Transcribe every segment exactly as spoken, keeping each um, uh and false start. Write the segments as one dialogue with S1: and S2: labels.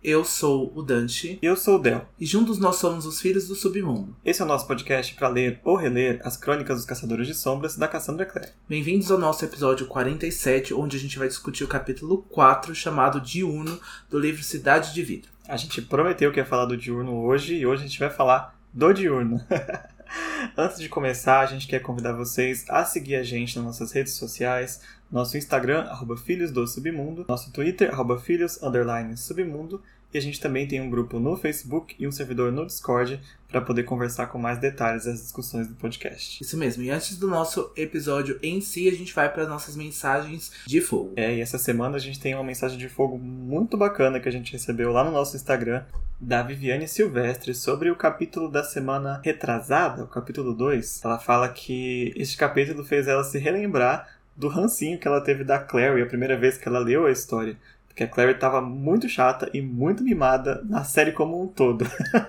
S1: Eu sou o Dante.
S2: E eu sou o Del.
S1: E juntos nós somos os Filhos do Submundo.
S2: Esse é o nosso podcast para ler ou reler as Crônicas dos Caçadores de Sombras, da Cassandra Clare.
S1: Bem-vindos ao nosso episódio quarenta e sete, onde a gente vai discutir o capítulo quatro, chamado Diurno, do livro Cidade de Vidro.
S2: A gente prometeu que ia falar do Diurno hoje, e hoje a gente vai falar do Diurno. Antes de começar, a gente quer convidar vocês a seguir a gente nas nossas redes sociais, nosso Instagram, arroba Filhos do Submundo, nosso Twitter, arroba Filhos, underline, Submundo, e a gente também tem um grupo no Facebook e um servidor no Discord para poder conversar com mais detalhes das discussões do podcast.
S1: Isso mesmo, e antes do nosso episódio em si, a gente vai para as nossas mensagens de fogo.
S2: É, e essa semana a gente tem uma mensagem de fogo muito bacana que a gente recebeu lá no nosso Instagram, da Viviane Silvestre, sobre o capítulo da semana retrasada, o capítulo dois. Ela fala que este capítulo fez ela se relembrar do rancinho que ela teve da Clary a primeira vez que ela leu a história. Porque a Clary estava muito chata e muito mimada na série como um todo.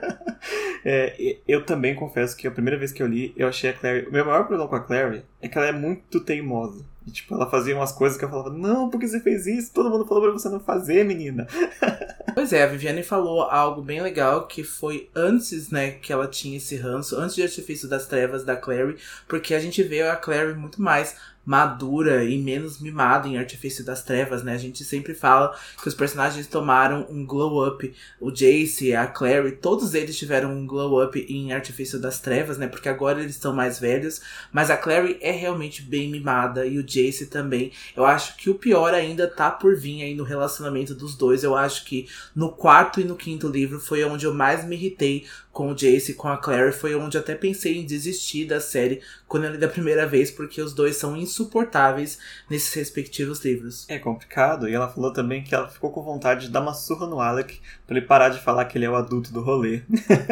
S2: é, eu também confesso que a primeira vez que eu li, eu achei a Clary... O meu maior problema com a Clary é que ela é muito teimosa. E, tipo, ela fazia umas coisas que eu falava, não, por que você fez isso? Todo mundo falou pra você não fazer, menina.
S1: Pois é, a Viviane falou algo bem legal, que foi antes, né, que ela tinha esse ranço, antes de Artifício das Trevas da Clary, porque a gente vê a Clary muito mais madura e menos mimada em Artifício das Trevas, né? A gente sempre fala que os personagens tomaram um glow up. O Jace, a Clary, todos eles tiveram um glow up em Artifício das Trevas, né? Porque agora eles estão mais velhos. Mas a Clary é realmente bem mimada e o Jace também. Eu acho que o pior ainda tá por vir aí no relacionamento dos dois. Eu acho que no quarto e no quinto livro foi onde eu mais me irritei com o Jace e com a Clary. Foi onde eu até pensei em desistir da série quando eu li da primeira vez, porque os dois são insuportáveis nesses respectivos livros.
S2: É complicado, e ela falou também que ela ficou com vontade de dar uma surra no Alec pra ele parar de falar que ele é o adulto do rolê.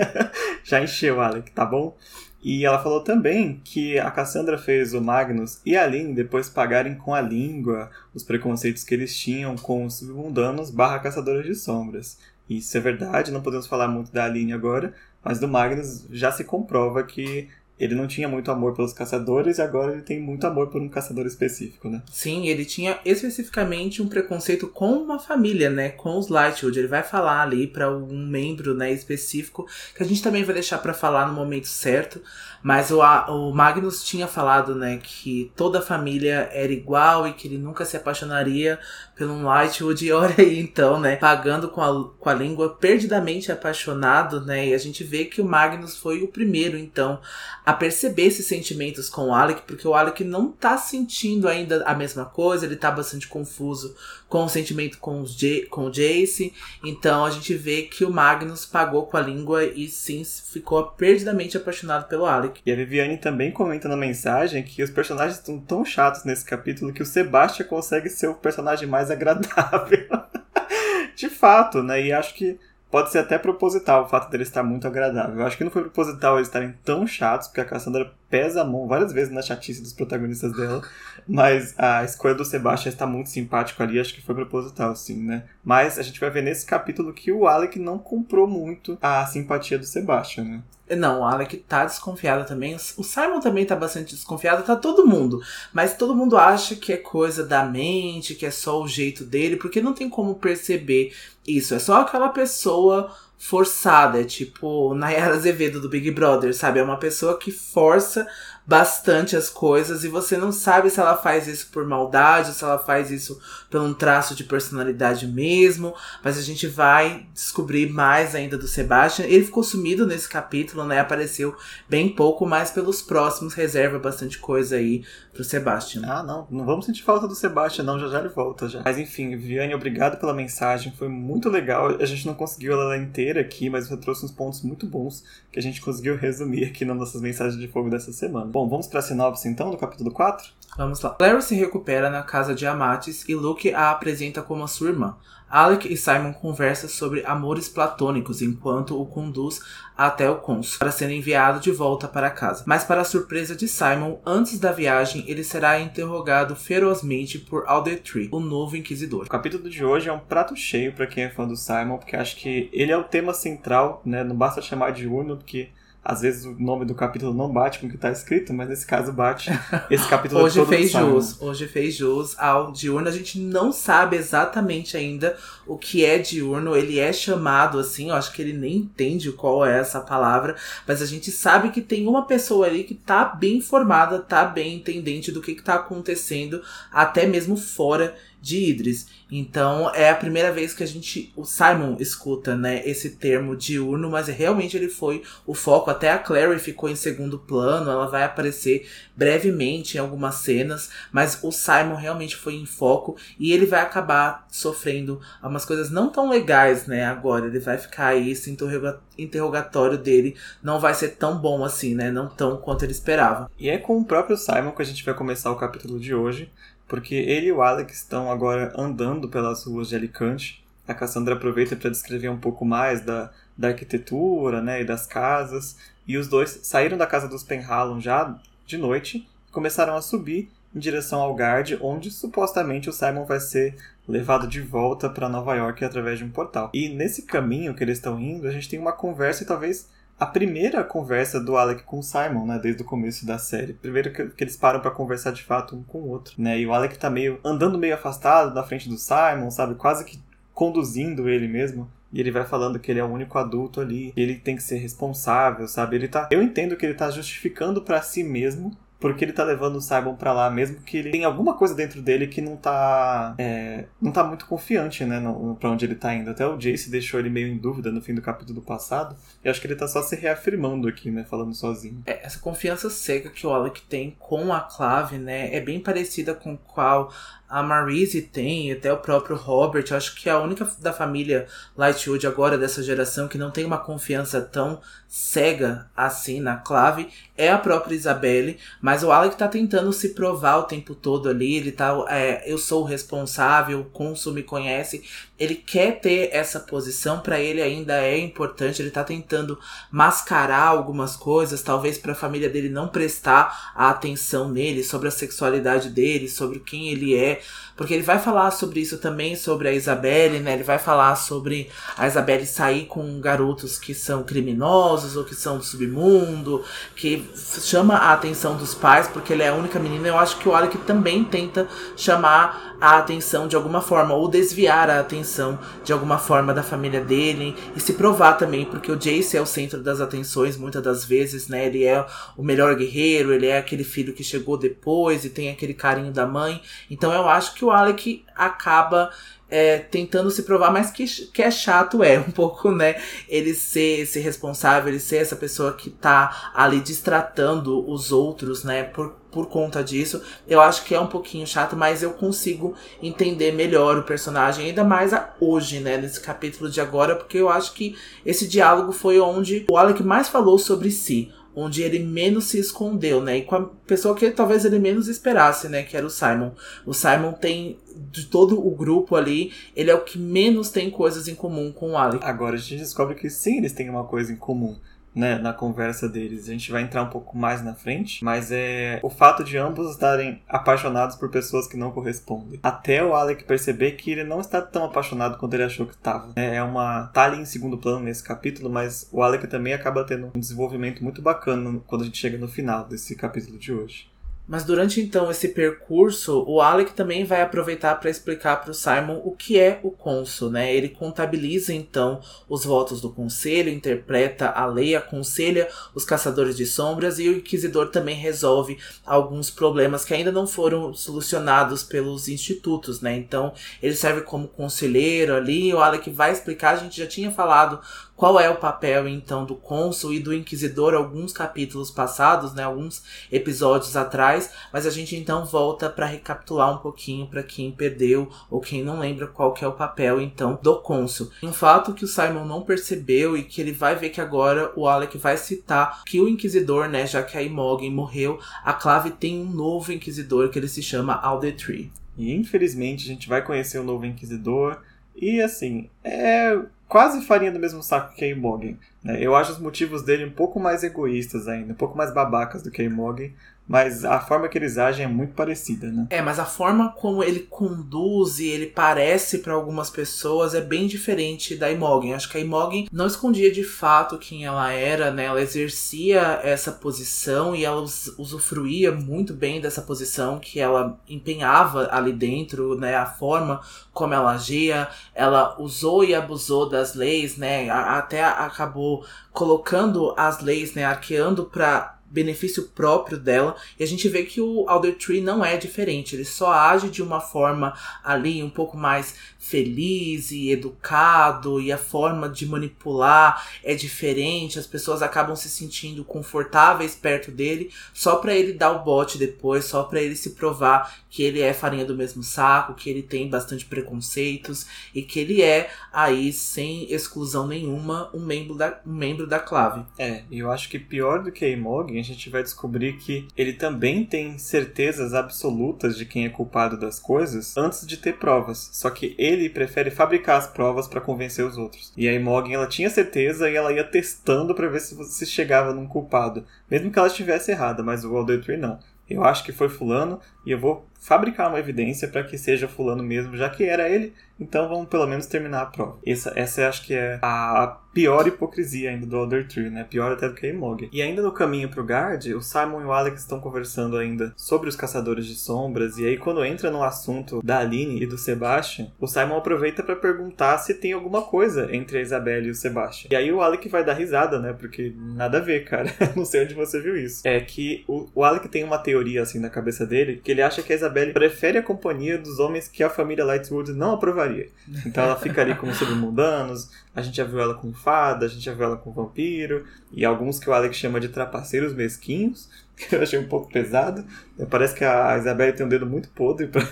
S2: Já encheu o Alec, tá bom? E ela falou também que a Cassandra fez o Magnus e a Aline depois pagarem com a língua os preconceitos que eles tinham com os submundanos barra caçadores de sombras. Isso é verdade, não podemos falar muito da Aline agora, mas do Magnus já se comprova que ele não tinha muito amor pelos caçadores e agora ele tem muito amor por um caçador específico, né?
S1: Sim, ele tinha especificamente um preconceito com uma família, né? Com os Lightwood. Ele vai falar ali pra um membro, né, específico, que a gente também vai deixar pra falar no momento certo. Mas o, o Magnus tinha falado, né, que toda a família era igual e que ele nunca se apaixonaria por um Lightwood. E olha aí, então, né, pagando com a, com a língua, perdidamente apaixonado, né? E a gente vê que o Magnus foi o primeiro, então, a perceber esses sentimentos com o Alec, porque o Alec não tá sentindo ainda a mesma coisa, ele tá bastante confuso com o sentimento com, os J- com o Jace. Então a gente vê que o Magnus pagou com a língua e sim ficou perdidamente apaixonado pelo Alec.
S2: E a Viviane também comenta na mensagem que os personagens estão tão chatos nesse capítulo que o Sebastian consegue ser o personagem mais agradável. De fato, né? E acho que pode ser até proposital o fato dele estar muito agradável. Eu acho que não foi proposital eles estarem tão chatos, porque a Cassandra pesa a mão várias vezes na chatice dos protagonistas dela. Mas a escolha do Sebastian está muito simpático ali, acho que foi proposital, sim, né? Mas a gente vai ver nesse capítulo que o Alec não comprou muito a simpatia do Sebastian, né?
S1: Não, o Alec tá desconfiado também. O Simon também tá bastante desconfiado, tá todo mundo. Mas todo mundo acha que é coisa da mente, que é só o jeito dele, porque não tem como perceber isso. É só aquela pessoa forçada, é tipo Nayara Azevedo do Big Brother, sabe? É uma pessoa que força bastante as coisas e você não sabe se ela faz isso por maldade, se ela faz isso por um traço de personalidade mesmo, mas a gente vai descobrir mais ainda do Sebastian. Ele ficou sumido nesse capítulo, né? Apareceu bem pouco, mas pelos próximos reserva bastante coisa aí pro Sebastian.
S2: Ah, não, não vamos sentir falta do Sebastian, não, já já ele volta já. Mas enfim, Viviane, obrigado pela mensagem, foi muito legal. A gente não conseguiu ela inteira aqui, mas você trouxe uns pontos muito bons que a gente conseguiu resumir aqui nas nossas mensagens de fogo dessa semana. Bom, vamos pra sinopse então do capítulo quatro?
S1: Vamos lá. Clary se recupera na casa de Amatis e Luke a apresenta como a sua irmã. Alec e Simon conversam sobre amores platônicos enquanto o conduz até o cônsul para ser enviado de volta para casa. Mas para a surpresa de Simon, antes da viagem, ele será interrogado ferozmente por Aldertree, o novo inquisidor.
S2: O capítulo de hoje é um prato cheio para quem é fã do Simon, porque acho que ele é o tema central, né? Não basta chamar de Diurno, porque às vezes o nome do capítulo não bate com o que tá escrito, mas nesse caso bate. Esse capítulo
S1: hoje
S2: é todo
S1: fez
S2: do Simon.
S1: jus, hoje fez jus ao diurno. A gente não sabe exatamente ainda o que é diurno. Ele é chamado assim, eu acho que ele nem entende qual é essa palavra, mas a gente sabe que tem uma pessoa ali que tá bem informada, tá bem entendente do que, que tá acontecendo, até mesmo fora de Idris. Então é a primeira vez que a gente, o Simon escuta, né, esse termo diurno, mas realmente ele foi o foco. Até a Clary ficou em segundo plano, ela vai aparecer brevemente em algumas cenas, mas o Simon realmente foi em foco e ele vai acabar sofrendo umas coisas não tão legais, né, agora. Ele vai ficar aí, esse interroga- interrogatório dele não vai ser tão bom assim, né, não tão quanto ele esperava.
S2: E é com o próprio Simon que a gente vai começar o capítulo de hoje, porque ele e o Alec estão agora andando pelas ruas de Alicante. A Cassandra aproveita para descrever um pouco mais da, da arquitetura, né, e das casas. E os dois saíram da casa dos Penhallow já de noite e começaram a subir em direção ao Guard, onde supostamente o Simon vai ser levado de volta para Nova York através de um portal. E nesse caminho que eles estão indo, a gente tem uma conversa e talvez a primeira conversa do Alec com o Simon, né, desde o começo da série. Primeiro que, que eles param pra conversar de fato um com o outro, né, e o Alec tá meio, andando meio afastado na frente do Simon, sabe, quase que conduzindo ele mesmo. E ele vai falando que ele é o único adulto ali, que ele tem que ser responsável, sabe, ele tá... Eu entendo que ele tá justificando pra si mesmo porque ele tá levando o Simon pra lá, mesmo que ele tem alguma coisa dentro dele que não tá é, não tá muito confiante, né, no, pra onde ele tá indo. Até o Jace deixou ele meio em dúvida no fim do capítulo passado, e acho que ele tá só se reafirmando aqui, né, falando sozinho.
S1: É, essa confiança cega que o Alec tem com a Clave, né, é bem parecida com qual a Marise tem, e até o próprio Robert. Eu acho que é a única da família Lightwood agora, dessa geração, que não tem uma confiança tão cega assim na Clave, é a própria Isabelle. Mas o Alec tá tentando se provar o tempo todo ali, ele tá, é, eu sou o responsável, o cônsul me conhece, ele quer ter essa posição, pra ele ainda é importante, ele tá tentando mascarar algumas coisas, talvez pra família dele não prestar a atenção nele, sobre a sexualidade dele, sobre quem ele é, porque ele vai falar sobre isso também, sobre a Isabelle, né, ele vai falar sobre a Isabelle sair com garotos que são criminosos, ou que são do submundo, que chama a atenção dos pais, porque ele é a única menina. Eu acho que o Alec também tenta chamar a atenção de alguma forma, ou desviar a atenção de alguma forma da família dele, e se provar também, porque o Jace é o centro das atenções muitas das vezes, né, ele é o melhor guerreiro, ele é aquele filho que chegou depois e tem aquele carinho da mãe. Então eu acho que o Alec acaba É, tentando se provar, mas que, que é chato, é um pouco, né, ele ser esse responsável, ele ser essa pessoa que tá ali distratando os outros, né, por, por conta disso. Eu acho que é um pouquinho chato, mas eu consigo entender melhor o personagem, ainda mais a, hoje, né, nesse capítulo de agora, porque eu acho que esse diálogo foi onde o Alec mais falou sobre si, onde ele menos se escondeu, né, e com a pessoa que talvez ele menos esperasse, né, que era o Simon. O Simon tem, de todo o grupo ali, ele é o que menos tem coisas em comum com o Alec.
S2: Agora a gente descobre que sim, eles têm uma coisa em comum, né, na conversa deles. A gente vai entrar um pouco mais na frente, mas é o fato de ambos estarem apaixonados por pessoas que não correspondem. Até o Alec perceber que ele não está tão apaixonado quanto ele achou que estava. É uma... tá ali em segundo plano nesse capítulo, mas o Alec também acaba tendo um desenvolvimento muito bacana quando a gente chega no final desse capítulo de hoje.
S1: Mas durante então esse percurso, o Alec também vai aproveitar para explicar para o Simon o que é o cônsul, né? Ele contabiliza então os votos do conselho, interpreta a lei, aconselha os caçadores de sombras, e o inquisidor também resolve alguns problemas que ainda não foram solucionados pelos institutos, né? Então ele serve como conselheiro ali. O Alec vai explicar, a gente já tinha falado qual é o papel então do cônsul e do inquisidor alguns capítulos passados, né, alguns episódios atrás, mas a gente então volta para recapitular um pouquinho para quem perdeu ou quem não lembra qual que é o papel então do cônsul. Um fato que o Simon não percebeu e que ele vai ver que agora o Alec vai citar que o inquisidor, né, já que a Imogen morreu, a Clave tem um novo inquisidor que ele se chama Aldecreed.
S2: E infelizmente a gente vai conhecer o novo inquisidor e assim, é quase farinha do mesmo saco que a Imogen, né? Eu acho os motivos dele um pouco mais egoístas ainda, um pouco mais babacas do que a Imogen, mas a forma que eles agem é muito parecida, né?
S1: É, mas a forma como ele conduz e ele parece para algumas pessoas é bem diferente da Imogen. Acho que a Imogen não escondia de fato quem ela era, né? Ela exercia essa posição e ela usufruía muito bem dessa posição que ela empenhava ali dentro, né? A forma como ela agia, ela usou e abusou das leis, né? Até acabou colocando as leis, né? Arqueando para benefício próprio dela, e a gente vê que o Aldertree não é diferente, ele só age de uma forma ali um pouco mais feliz e educado, e a forma de manipular é diferente, as pessoas acabam se sentindo confortáveis perto dele, só pra ele dar o bote depois, só pra ele se provar que ele é farinha do mesmo saco, que ele tem bastante preconceitos, e que ele é, aí, sem exclusão nenhuma, um membro da, um membro da clave.
S2: É, e eu acho que pior do que a Imogen, a gente vai descobrir que ele também tem certezas absolutas de quem é culpado das coisas antes de ter provas. Só que ele prefere fabricar as provas para convencer os outros. E a Imogen, ela tinha certeza e ela ia testando para ver se, se chegava num culpado. Mesmo que ela estivesse errada, mas o Aldertree não. Eu acho que foi fulano e eu vou fabricar uma evidência para que seja fulano mesmo, já que era ele, então vamos pelo menos terminar a prova. Essa, essa eu acho que é a pior hipocrisia ainda do Aldertree, né? Pior até do que a Imogen. E ainda no caminho pro Guard, o Simon e o Alex estão conversando ainda sobre os Caçadores de Sombras, e aí quando entra no assunto da Aline e do Sebastian, o Simon aproveita para perguntar se tem alguma coisa entre a Isabelle e o Sebastian. E aí o Alec vai dar risada, né? Porque nada a ver, cara. Não sei onde você viu isso. É que o, o Alec tem uma teoria assim na cabeça dele, que ele acha que a Isabelle prefere a companhia dos homens que a família Lightwood não aprovaria. Então ela fica ali com os submundanos, a gente já viu ela com fada, a gente já viu ela com vampiro, e alguns que o Alex chama de trapaceiros mesquinhos, que eu achei um pouco pesado. Parece que a Isabelle tem um dedo muito podre pra,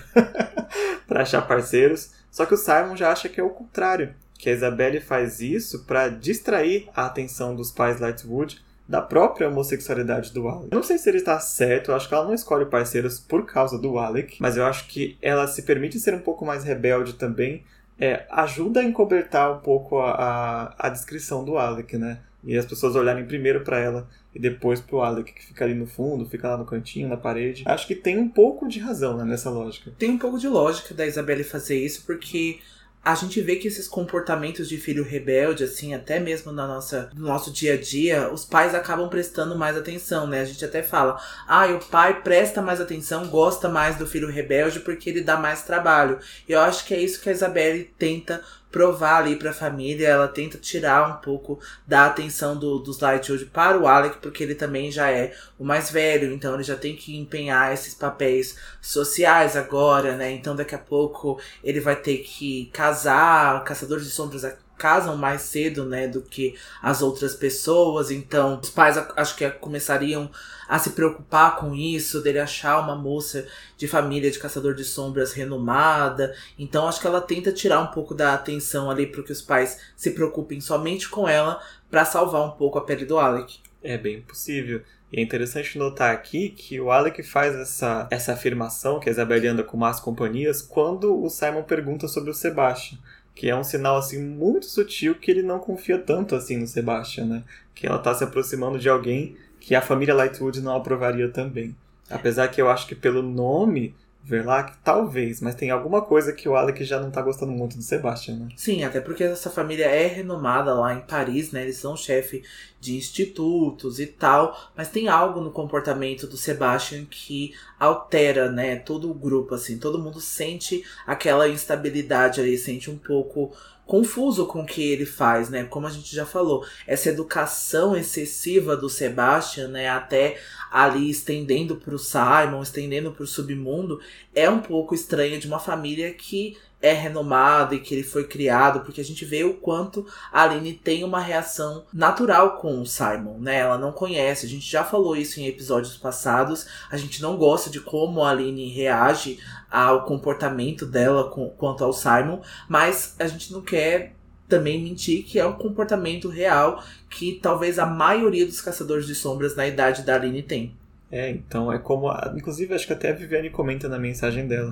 S2: pra achar parceiros. Só que o Simon já acha que é o contrário, que a Isabelle faz isso pra distrair a atenção dos pais Lightwood da própria homossexualidade do Alec. Eu não sei se ele está certo, eu acho que ela não escolhe parceiros por causa do Alec, mas eu acho que ela se permite ser um pouco mais rebelde também, é, ajuda a encobertar um pouco a, a, a descrição do Alec, né? E as pessoas olharem primeiro para ela e depois pro Alec, que fica ali no fundo, fica lá no cantinho, na parede. Acho que tem um pouco de razão, né, nessa lógica.
S1: Tem um pouco de lógica da Isabelle fazer isso, porque a gente vê que esses comportamentos de filho rebelde, assim, até mesmo na nossa, no nosso dia a dia, os pais acabam prestando mais atenção, né? A gente até fala, ah, o pai presta mais atenção, gosta mais do filho rebelde porque ele dá mais trabalho. E eu acho que é isso que a Isabelle tenta provar ali pra família, ela tenta tirar um pouco da atenção do, dos Lightwood para o Alec, porque ele também já é o mais velho, então ele já tem que empenhar esses papéis sociais agora, né? Então daqui a pouco ele vai ter que casar, Caçadores de Sombras casam mais cedo, né, do que as outras pessoas, então os pais acho que começariam a se preocupar com isso, dele achar uma moça de família de Caçador de Sombras renomada, então acho que ela tenta tirar um pouco da atenção ali para que os pais se preocupem somente com ela para salvar um pouco a pele do Alec.
S2: É bem possível. E é interessante notar aqui que o Alec faz essa, essa afirmação que a Isabelle anda com más companhias quando o Simon pergunta sobre o Sebastian, que é um sinal, assim, muito sutil que ele não confia tanto, assim, no Sebastian, né? Que ela tá se aproximando de alguém que a família Lightwood não aprovaria também. Apesar que eu acho que pelo nome, Verlac, talvez, mas tem alguma coisa que o Alec já não tá gostando muito do Sebastian, né?
S1: Sim, até porque essa família é renomada lá em Paris, né? Eles são chefe de institutos e tal, mas tem algo no comportamento do Sebastian que altera, né, todo o grupo, assim. Todo mundo sente aquela instabilidade ali, sente um pouco confuso com o que ele faz, né? Como a gente já falou, essa educação excessiva do Sebastian, né, até ali estendendo pro Simon, estendendo pro submundo, é um pouco estranha de uma família que é renomada e que ele foi criado, porque a gente vê o quanto a Aline tem uma reação natural com o Simon, né? Ela não conhece, a gente já falou isso em episódios passados, a gente não gosta de como a Aline reage ao comportamento dela com, quanto ao Simon, mas a gente não quer também mentir que é um comportamento real que talvez a maioria dos Caçadores de Sombras na idade da Aline tem.
S2: É, então é como... A, inclusive, acho que até a Viviane comenta na mensagem dela,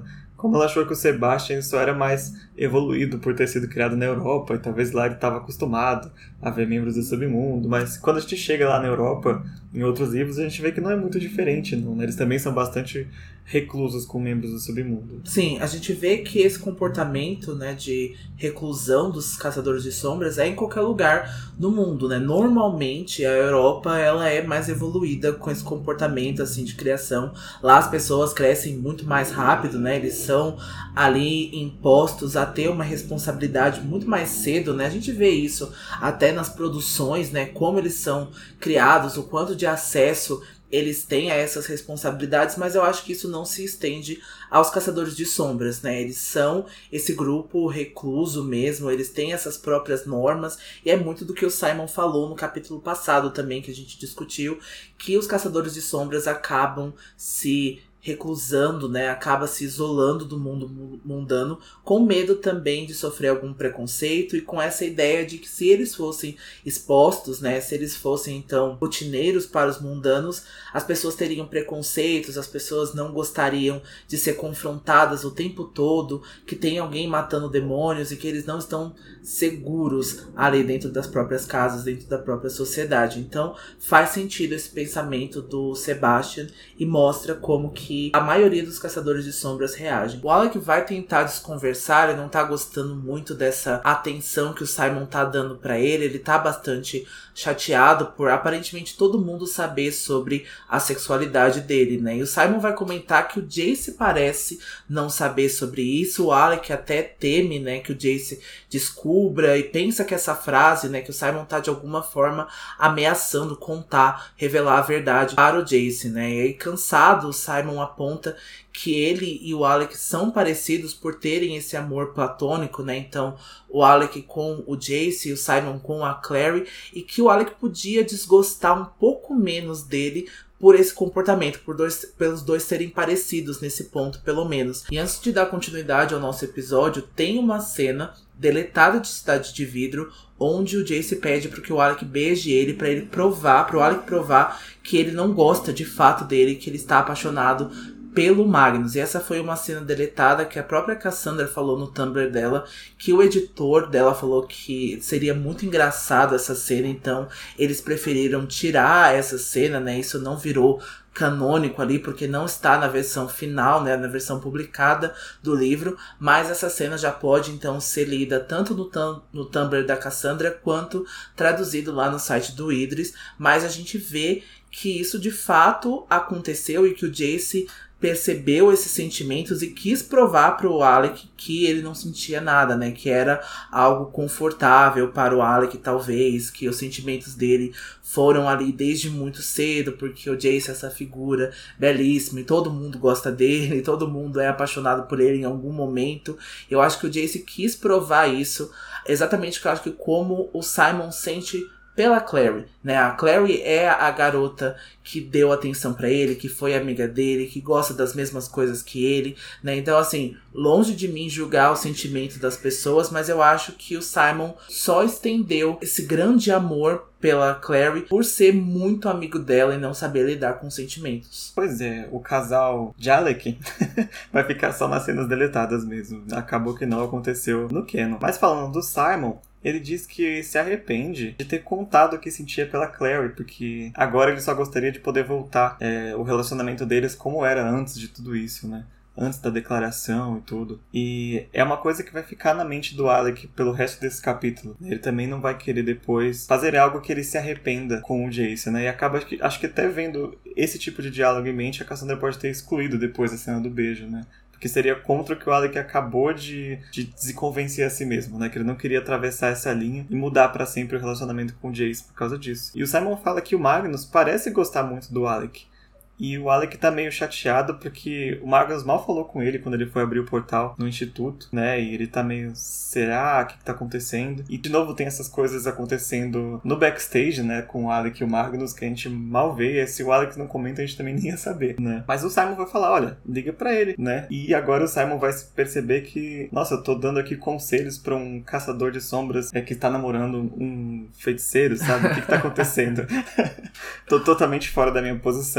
S2: como ela achou que o Sebastian só era mais evoluído por ter sido criado na Europa, e talvez lá ele estava acostumado a ver membros do submundo, mas quando a gente chega lá na Europa, em outros livros, a gente vê que não é muito diferente, não, né? Eles também são bastante reclusos com membros do submundo.
S1: Sim, a gente vê que esse comportamento, né, de reclusão dos caçadores de sombras é em qualquer lugar no mundo, né? Normalmente a Europa ela é mais evoluída com esse comportamento assim de criação. Lá as pessoas crescem muito mais rápido, né? Eles são ali impostos a ter uma responsabilidade muito mais cedo, né? A gente vê isso até nas produções, né? Como eles são criados, o quanto de acesso eles têm a essas responsabilidades, mas eu acho que isso não se estende aos caçadores de sombras, né? Eles são esse grupo recluso mesmo, eles têm essas próprias normas, e é muito do que o Simon falou no capítulo passado também, que a gente discutiu, que os caçadores de sombras acabam se reclusando, né, acaba se isolando do mundo mundano, com medo também de sofrer algum preconceito e com essa ideia de que se eles fossem expostos, né, se eles fossem então rotineiros para os mundanos, as pessoas teriam preconceitos, as pessoas não gostariam de ser confrontadas o tempo todo, que tem alguém matando demônios e que eles não estão seguros ali dentro das próprias casas, dentro da própria sociedade. Então faz sentido esse pensamento do Sebastian e mostra como que a maioria dos caçadores de sombras reagem. O Alec vai tentar desconversar, ele não tá gostando muito dessa atenção que o Simon tá dando pra ele, ele tá bastante chateado por aparentemente todo mundo saber sobre a sexualidade dele, né? E o Simon vai comentar que o Jace parece não saber sobre isso, o Alec até teme, né, que o Jace descubra e pensa que essa frase, né, que o Simon tá de alguma forma ameaçando contar, revelar a verdade para o Jace, né? E aí, cansado, o Simon aponta que ele e o Alec são parecidos por terem esse amor platônico, né? Então, o Alec com o Jace e o Simon com a Clary, e que o Alec podia desgostar um pouco menos dele por esse comportamento, por dois, pelos dois serem parecidos nesse ponto, pelo menos. E antes de dar continuidade ao nosso episódio, tem uma cena deletada de Cidade de Vidro, onde o Jace pede para que o Alec beije ele, para ele provar, para o Alec provar que ele não gosta de fato dele, que ele está apaixonado pelo Magnus. E essa foi uma cena deletada que a própria Cassandra falou no Tumblr dela, que o editor dela falou que seria muito engraçado essa cena, então eles preferiram tirar essa cena, né? Isso não virou canônico ali, porque não está na versão final, né, na versão publicada do livro, mas essa cena já pode então ser lida tanto no, tum- no Tumblr da Cassandra, quanto traduzido lá no site do Idris, mas a gente vê que isso de fato aconteceu e que o Jace percebeu esses sentimentos e quis provar para o Alec que ele não sentia nada, né? Que era algo confortável para o Alec, talvez, que os sentimentos dele foram ali desde muito cedo, porque o Jace é essa figura belíssima e todo mundo gosta dele, todo mundo é apaixonado por ele em algum momento. Eu acho que o Jace quis provar isso, exatamente que eu acho que como o Simon sente pela Clary, né? A Clary é a garota que deu atenção pra ele, que foi amiga dele, que gosta das mesmas coisas que ele, né? Então, assim, longe de mim julgar o sentimento das pessoas, mas eu acho que o Simon só estendeu esse grande amor pela Clary por ser muito amigo dela e não saber lidar com sentimentos.
S2: Pois é, o casal de Alec vai ficar só nas cenas deletadas mesmo. Acabou que não aconteceu no canon. Mas falando do Simon, ele diz que se arrepende de ter contado o que sentia pela Clary, porque agora ele só gostaria de poder voltar é, o relacionamento deles como era antes de tudo isso, né? Antes da declaração e tudo. E é uma coisa que vai ficar na mente do Alec pelo resto desse capítulo. Ele também não vai querer depois fazer algo que ele se arrependa com o Jace, né? E acaba, acho que até vendo esse tipo de diálogo em mente, a Cassandra pode ter excluído depois a cena do beijo, né? Que seria contra o que o Alec acabou de, de se convencer a si mesmo, né? Que ele não queria atravessar essa linha e mudar pra sempre o relacionamento com o Jace por causa disso. E o Simon fala que o Magnus parece gostar muito do Alec. E o Alec tá meio chateado porque o Magnus mal falou com ele quando ele foi abrir o portal no instituto, né? E ele tá meio, será? O que que tá acontecendo? E de novo tem essas coisas acontecendo no backstage, né? Com o Alec e o Magnus, que a gente mal vê. E se o Alec não comenta, a gente também nem ia saber, né? Mas o Simon vai falar, olha, liga pra ele, né? E agora o Simon vai perceber que, nossa, eu tô dando aqui conselhos pra um caçador de sombras é, que tá namorando um feiticeiro, sabe? O que que tá acontecendo? Tô totalmente fora da minha posição aqui, mas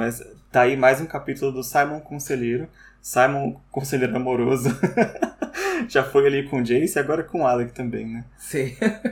S2: mas tá aí mais um capítulo do Simon Conselheiro. Simon Conselheiro Amoroso. Já foi ali com o Jace, agora com o Alec também, né?
S1: Sim.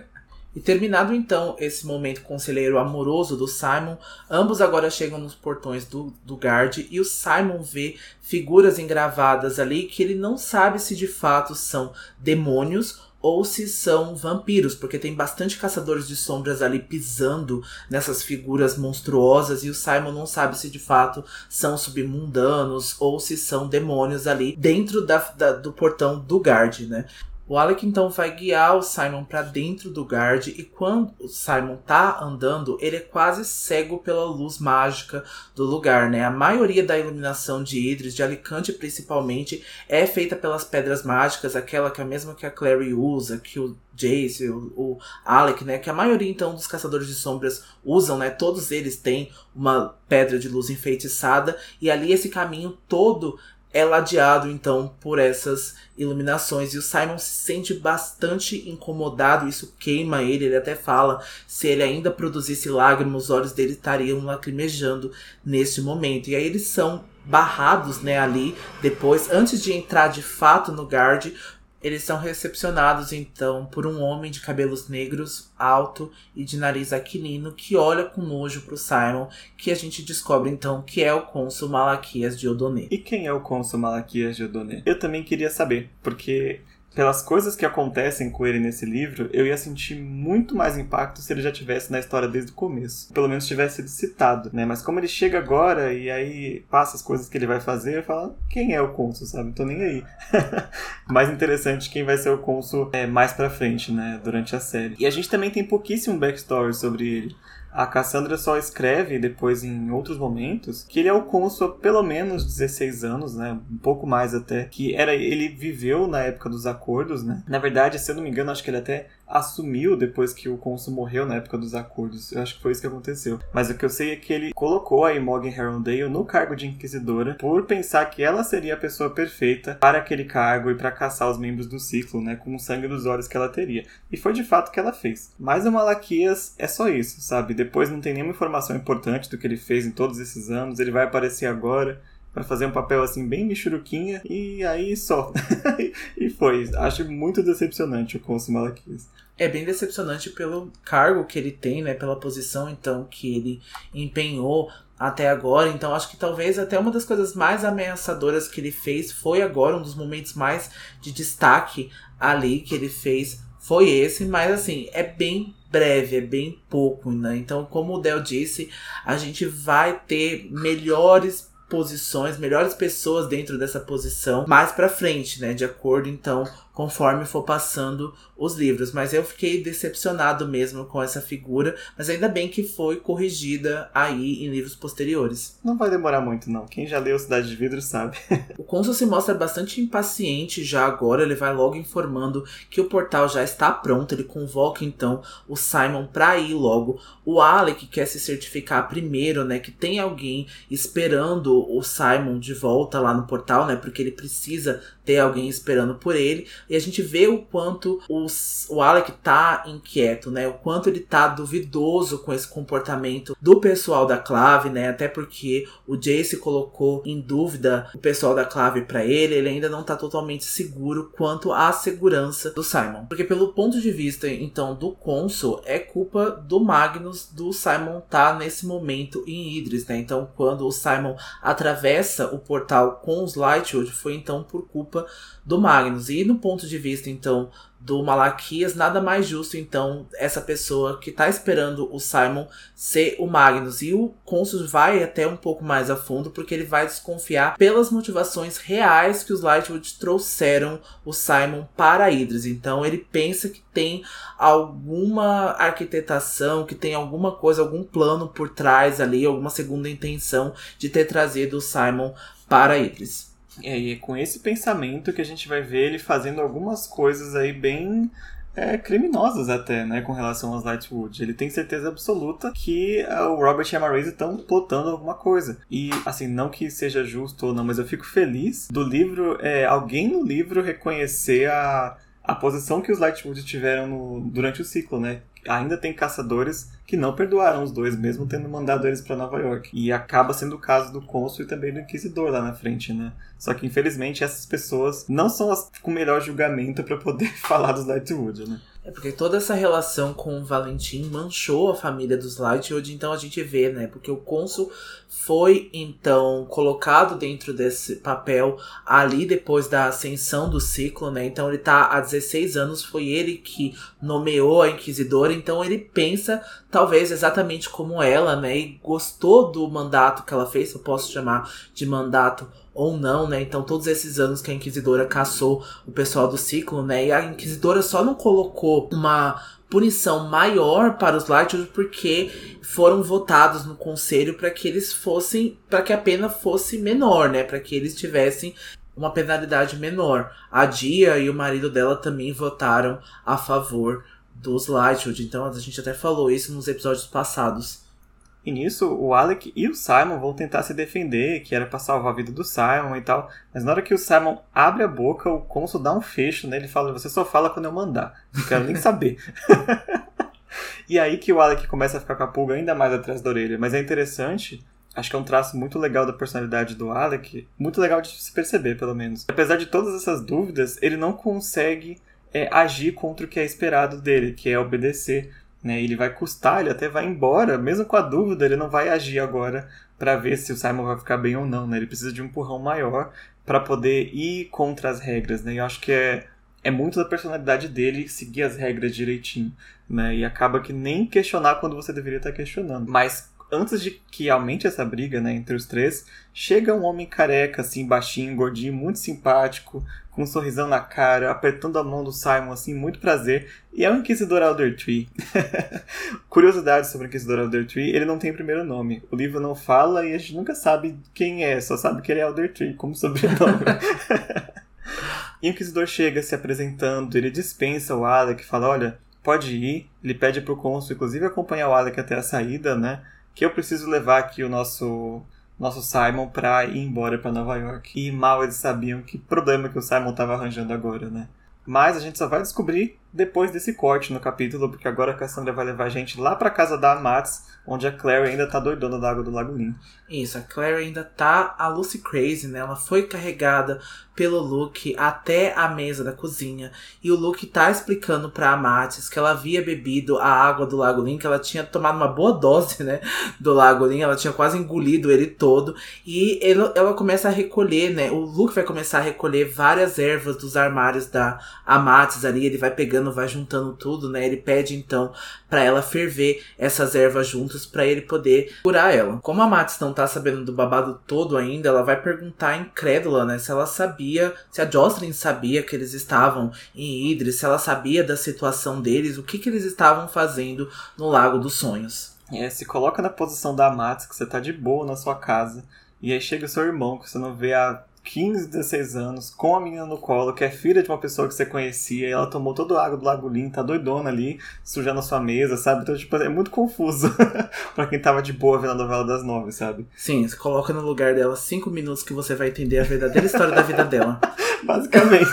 S1: E terminado então esse momento conselheiro amoroso do Simon, ambos agora chegam nos portões do, do Guard e o Simon vê figuras engravadas ali que ele não sabe se de fato são demônios ou se são vampiros, porque tem bastante caçadores de sombras ali pisando nessas figuras monstruosas e o Simon não sabe se de fato são submundanos ou se são demônios ali dentro da, da, do portão do Guard, né? O Alec então vai guiar o Simon para dentro do Guard e quando o Simon tá andando, ele é quase cego pela luz mágica do lugar, né? A maioria da iluminação de Idris, de Alicante principalmente, é feita pelas pedras mágicas, aquela que é a mesma que a Clary usa, que o Jace, o, o Alec, né? Que a maioria então dos caçadores de sombras usam, né? Todos eles têm uma pedra de luz enfeitiçada e ali esse caminho todo é ladeado, então, por essas iluminações. E o Simon se sente bastante incomodado, isso queima ele. Ele até fala, se ele ainda produzisse lágrimas, os olhos dele estariam lacrimejando neste momento. E aí eles são barrados, né, ali, depois, antes de entrar de fato no Guard, eles são recepcionados, então, por um homem de cabelos negros, alto e de nariz aquilino, que olha com nojo pro Simon, que a gente descobre, então, que é o cônsul Malaquias de Odoné.
S2: E quem é o cônsul Malaquias de Odoné? Eu também queria saber, porque pelas coisas que acontecem com ele nesse livro, eu ia sentir muito mais impacto se ele já tivesse na história desde o começo. Pelo menos tivesse sido citado, né? Mas como ele chega agora e aí passa as coisas que ele vai fazer, eu falo, quem é o cônsul, sabe? Não tô nem aí. Mais interessante quem vai ser o cônsul é, mais pra frente, né? Durante a série. E a gente também tem pouquíssimo backstory sobre ele. A Cassandra só escreve, depois em outros momentos, que ele é o cônsul há pelo menos dezesseis anos, né? Um pouco mais até. Que era, ele viveu na época dos acordos, né? Na verdade, se eu não me engano, acho que ele até assumiu depois que o cônsul morreu na época dos acordos. Eu acho que foi isso que aconteceu. Mas o que eu sei é que ele colocou a Imogen Herondale no cargo de inquisidora por pensar que ela seria a pessoa perfeita para aquele cargo e para caçar os membros do ciclo, né? Com o sangue dos olhos que ela teria. E foi de fato o que ela fez. Mas o Malaquias é só isso, sabe? Depois não tem nenhuma informação importante do que ele fez em todos esses anos. Ele vai aparecer agora para fazer um papel assim bem michuruquinha e aí só. E foi. Acho muito decepcionante o cônsul Malaquias.
S1: É bem decepcionante pelo cargo que ele tem, né? Pela posição, então, que ele empenhou até agora. Então, acho que talvez até uma das coisas mais ameaçadoras que ele fez foi agora, um dos momentos mais de destaque ali que ele fez foi esse. Mas, assim, é bem breve, é bem pouco, né? Então, como o Del disse, a gente vai ter melhores posições, melhores pessoas dentro dessa posição mais pra frente, né? De acordo, então, conforme for passando os livros. Mas eu fiquei decepcionado mesmo com essa figura, mas ainda bem que foi corrigida aí em livros posteriores.
S2: Não vai demorar muito, não. Quem já leu Cidade de Vidro sabe.
S1: O cônsul se mostra bastante impaciente já agora, ele vai logo informando que o portal já está pronto, ele convoca então o Simon pra ir logo. O Alec quer se certificar primeiro, né, que tem alguém esperando o Simon de volta lá no portal, né, porque ele precisa ter alguém esperando por ele. E a gente vê o quanto os, o Alec tá inquieto, né? O quanto ele tá duvidoso com esse comportamento do pessoal da Clave, né? Até porque o Jace colocou em dúvida o pessoal da Clave pra ele. Ele ainda não tá totalmente seguro quanto à segurança do Simon. Porque pelo ponto de vista, então, do cônsul, é culpa do Magnus do Simon tá nesse momento em Idris, né? Então, quando o Simon atravessa o portal com os Lightwood, foi então por culpa do Magnus. E no ponto de vista, então, do Malaquias, nada mais justo, então, essa pessoa que tá esperando o Simon ser o Magnus. E o cônsul vai até um pouco mais a fundo, porque ele vai desconfiar pelas motivações reais que os Lightwood trouxeram o Simon para Idris. Então, ele pensa que tem alguma arquitetação, que tem alguma coisa, algum plano por trás ali, alguma segunda intenção de ter trazido o Simon para Idris.
S2: É, e é com esse pensamento que a gente vai ver ele fazendo algumas coisas aí bem é, criminosas até, né, com relação aos Lightwood. Ele tem certeza absoluta que uh, o Robert e a Maisie estão plotando alguma coisa. E, assim, não que seja justo ou não, mas eu fico feliz do livro, é, alguém no livro reconhecer a... a posição que os Lightwood tiveram no, durante o ciclo, né? Ainda tem caçadores que não perdoaram os dois, mesmo tendo mandado eles pra Nova York. E acaba sendo o caso do Cônsul e também do Inquisidor lá na frente, né? Só que, infelizmente, essas pessoas não são as com o melhor julgamento pra poder falar dos Lightwood, né?
S1: É porque toda essa relação com o Valentim manchou a família dos Lightwood, então a gente vê, né? Porque o Cônsul foi, então, colocado dentro desse papel ali depois da ascensão do ciclo, né? Então ele tá há dezesseis anos, foi ele que nomeou a Inquisidora, então ele pensa, talvez, exatamente como ela, né? E gostou do mandato que ela fez, eu posso chamar de mandato ou não, né? Então todos esses anos que a Inquisidora caçou o pessoal do ciclo, né? E a Inquisidora só não colocou uma punição maior para os Lightwood porque foram votados no conselho para que eles fossem, para que a pena fosse menor, né? Para que eles tivessem uma penalidade menor. A Dia e o marido dela também votaram a favor dos Lightwood. Então a gente até falou isso nos episódios passados.
S2: E nisso, o Alec e o Simon vão tentar se defender, que era pra salvar a vida do Simon e tal. Mas na hora que o Simon abre a boca, o Cônsul dá um fecho nele e fala: você só fala quando eu mandar. Não quero nem saber. E aí que o Alec começa a ficar com a pulga ainda mais atrás da orelha. Mas é interessante, acho que é um traço muito legal da personalidade do Alec. Muito legal de se perceber, pelo menos. Apesar de todas essas dúvidas, ele não consegue é, agir contra o que é esperado dele, que é obedecer. Né, ele vai custar, ele até vai embora, mesmo com a dúvida, ele não vai agir agora para ver se o Simon vai ficar bem ou não, né? Ele precisa de um empurrão maior para poder ir contra as regras, né? E eu acho que é, é muito da personalidade dele seguir as regras direitinho, né? E acaba que nem questionar quando você deveria estar questionando. Mas antes de que aumente essa briga, né, entre os três, chega um homem careca, assim, baixinho, gordinho, muito simpático, com um sorrisão na cara, apertando a mão do Simon, assim, muito prazer. E é o Inquisidor Eldertree. Curiosidade sobre o Inquisidor Eldertree, ele não tem primeiro nome. O livro não fala e a gente nunca sabe quem é, só sabe que ele é Eldertree, como sobrenome. E o Inquisidor chega se apresentando, ele dispensa o Alec, fala: olha, pode ir. Ele pede pro Cônsul, inclusive, acompanhar o Alec até a saída, né? Que eu preciso levar aqui o nosso, nosso Simon pra ir embora pra Nova York. E mal eles sabiam que problema que o Simon tava arranjando agora, né? Mas a gente só vai descobrir depois desse corte no capítulo, porque agora a Cassandra vai levar a gente lá pra casa da Amatz, onde a Clary ainda tá doidona da água do Lago Lin.
S1: Isso, a Clary ainda tá a Lucy Crazy, né? Ela foi carregada pelo Luke até a mesa da cozinha. E o Luke tá explicando pra Amatz que ela havia bebido a água do Lago Lin, que ela tinha tomado uma boa dose, né, do Lago Lin. Ela tinha quase engolido ele todo. E ele, ela começa a recolher, né? O Luke vai começar a recolher várias ervas dos armários da Amatz ali. Ele vai pegando, vai juntando tudo, né? Ele pede, então, pra ela ferver essas ervas juntas pra ele poder curar ela. Como a Amatz não tá sabendo do babado todo ainda, ela vai perguntar incrédula, né, se ela sabia, se a Jocelyn sabia que eles estavam em Idris, se ela sabia da situação deles, o que que eles estavam fazendo no Lago dos Sonhos.
S2: É, se coloca na posição da Amatz, que você tá de boa na sua casa, e aí chega o seu irmão, que você não vê há quinze, dezesseis anos, com a menina no colo, que é filha de uma pessoa que você conhecia, e ela tomou toda a água do Lago Lin, tá doidona ali, sujando a sua mesa, sabe? Então, tipo, é muito confuso pra quem tava de boa vendo a novela das nove, sabe?
S1: Sim, você coloca no lugar dela cinco minutos que você vai entender a verdadeira história da vida dela.
S2: Basicamente.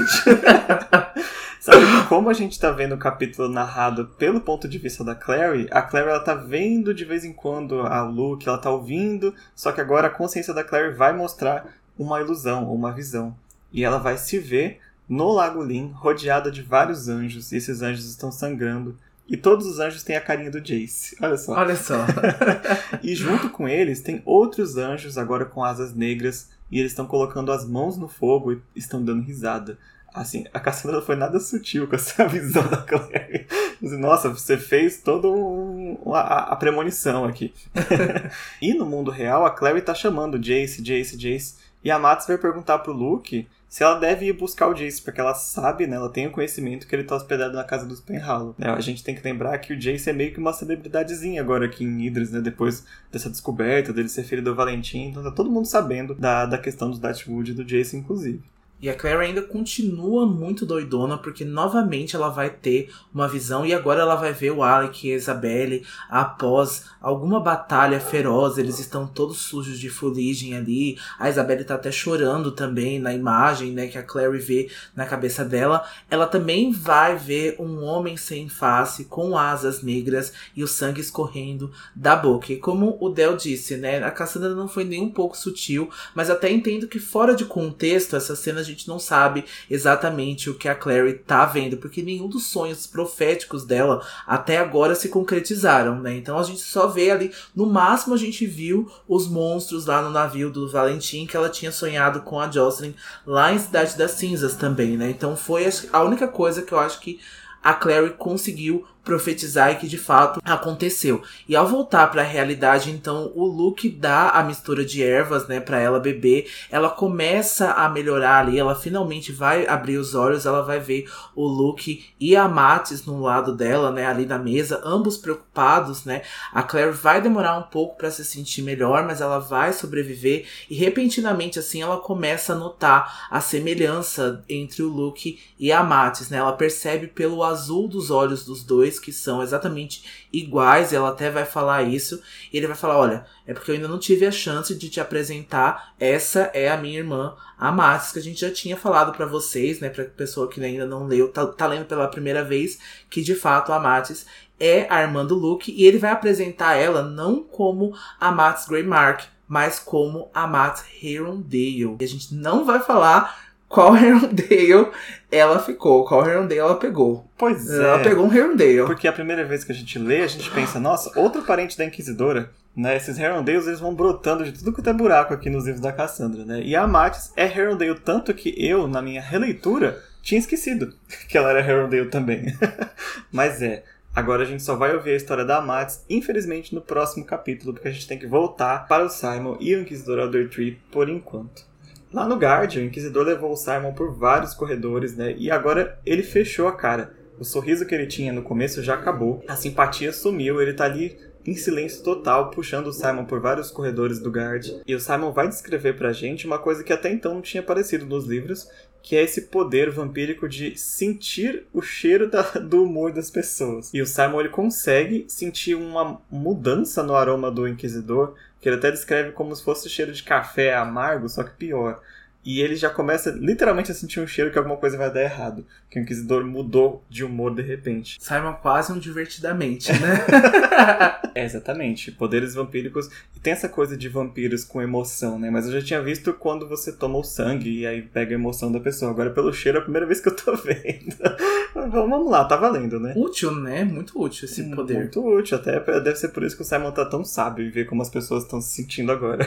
S2: Sabe, como a gente tá vendo o capítulo narrado pelo ponto de vista da Clary, a Clary, ela tá vendo de vez em quando a Luke, ela tá ouvindo, só que agora a consciência da Clary vai mostrar uma ilusão, ou uma visão. E ela vai se ver no Lago Lin, rodeada de vários anjos, e esses anjos estão sangrando. E todos os anjos têm a carinha do Jace. Olha só.
S1: Olha só.
S2: E junto com eles tem outros anjos, agora com asas negras, e eles estão colocando as mãos no fogo e estão dando risada. Assim, a Cassandra não foi nada sutil com essa visão da Clary. Nossa, você fez toda um, a, a premonição aqui. E no mundo real, a Clary tá chamando Jace, Jace, Jace. E a Amatz vai perguntar pro Luke se ela deve ir buscar o Jace, porque ela sabe, né, ela tem o conhecimento que ele tá hospedado na casa dos Penhallow. É, a gente tem que lembrar que o Jace é meio que uma celebridadezinha agora aqui em Idris, né, depois dessa descoberta dele ser filho do Valentim. Então tá todo mundo sabendo da, da questão dos Lightwood e do Jace, inclusive.
S1: E a Clary ainda continua muito doidona, porque novamente ela vai ter uma visão, e agora ela vai ver o Alec e a Isabelle após alguma batalha feroz. Eles estão todos sujos de fuligem ali. A Isabelle tá até chorando também na imagem, né, que a Clary vê na cabeça dela. Ela também vai ver um homem sem face, com asas negras e o sangue escorrendo da boca. E como o Del disse, né, a Cassandra não foi nem um pouco sutil, mas até entendo que fora de contexto, essa cena a gente não sabe exatamente o que a Clary tá vendo, porque nenhum dos sonhos proféticos dela até agora se concretizaram, né? Então a gente só vê ali, no máximo a gente viu os monstros lá no navio do Valentim, que ela tinha sonhado com a Jocelyn lá em Cidade das Cinzas também, né? Então foi a única coisa que eu acho que a Clary conseguiu profetizar e que de fato aconteceu. E ao voltar para a realidade, então, o Luke dá a mistura de ervas, né, para ela beber. Ela começa a melhorar ali, ela finalmente vai abrir os olhos, ela vai ver o Luke e a Mattis no lado dela, né, ali na mesa, ambos preocupados, né. A Clary vai demorar um pouco para se sentir melhor, mas ela vai sobreviver, e repentinamente assim ela começa a notar a semelhança entre o Luke e a Mattis, né. Ela percebe pelo azul dos olhos dos dois que são exatamente iguais, ela até vai falar isso, e ele vai falar, olha, é porque eu ainda não tive a chance de te apresentar, essa é a minha irmã, a Mattis, que a gente já tinha falado pra vocês, né, pra pessoa que ainda não leu, tá, tá lendo pela primeira vez, que de fato a Mattis é a irmã do Luke, e ele vai apresentar ela não como a Mattis Greymark, mas como a Mattis Herondale. E a gente não vai falar qual Herondale ela ficou, qual Herondale ela pegou.
S2: Pois é.
S1: Ela pegou um Herondale.
S2: Porque a primeira vez que a gente lê, a gente pensa, nossa, outro parente da Inquisidora, né? Esses Herondales, eles vão brotando de tudo quanto é buraco aqui nos livros da Cassandra, né? E a Mattis é Herondale, tanto que eu, na minha releitura, tinha esquecido que ela era Herondale também. Mas é... Agora a gente só vai ouvir a história da Mattis, infelizmente, no próximo capítulo, porque a gente tem que voltar para o Simon e o Inquisidor Eldertree por enquanto. Lá no Guardian, o Inquisidor levou o Simon por vários corredores, né? E agora ele fechou a cara. O sorriso que ele tinha no começo já acabou. A simpatia sumiu, ele tá ali em silêncio total, puxando o Simon por vários corredores do Guard. E o Simon vai descrever pra gente uma coisa que até então não tinha aparecido nos livros, que é esse poder vampírico de sentir o cheiro da, do humor das pessoas. E o Simon, ele consegue sentir uma mudança no aroma do Inquisidor, que ele até descreve como se fosse cheiro de café amargo, só que pior. E ele já começa literalmente a sentir um cheiro que alguma coisa vai dar errado. Que o Inquisidor mudou de humor de repente.
S1: Simon quase um divertidamente, né?
S2: É, exatamente. Poderes vampíricos. E tem essa coisa de vampiros com emoção, né? Mas eu já tinha visto quando você toma o sangue e aí pega a emoção da pessoa. Agora pelo cheiro é a primeira vez que eu tô vendo. Vamos lá, tá valendo, né?
S1: Útil, né? Muito útil esse poder.
S2: Muito útil. Até deve ser por isso que o Simon tá tão sábio e ver como as pessoas estão se sentindo agora.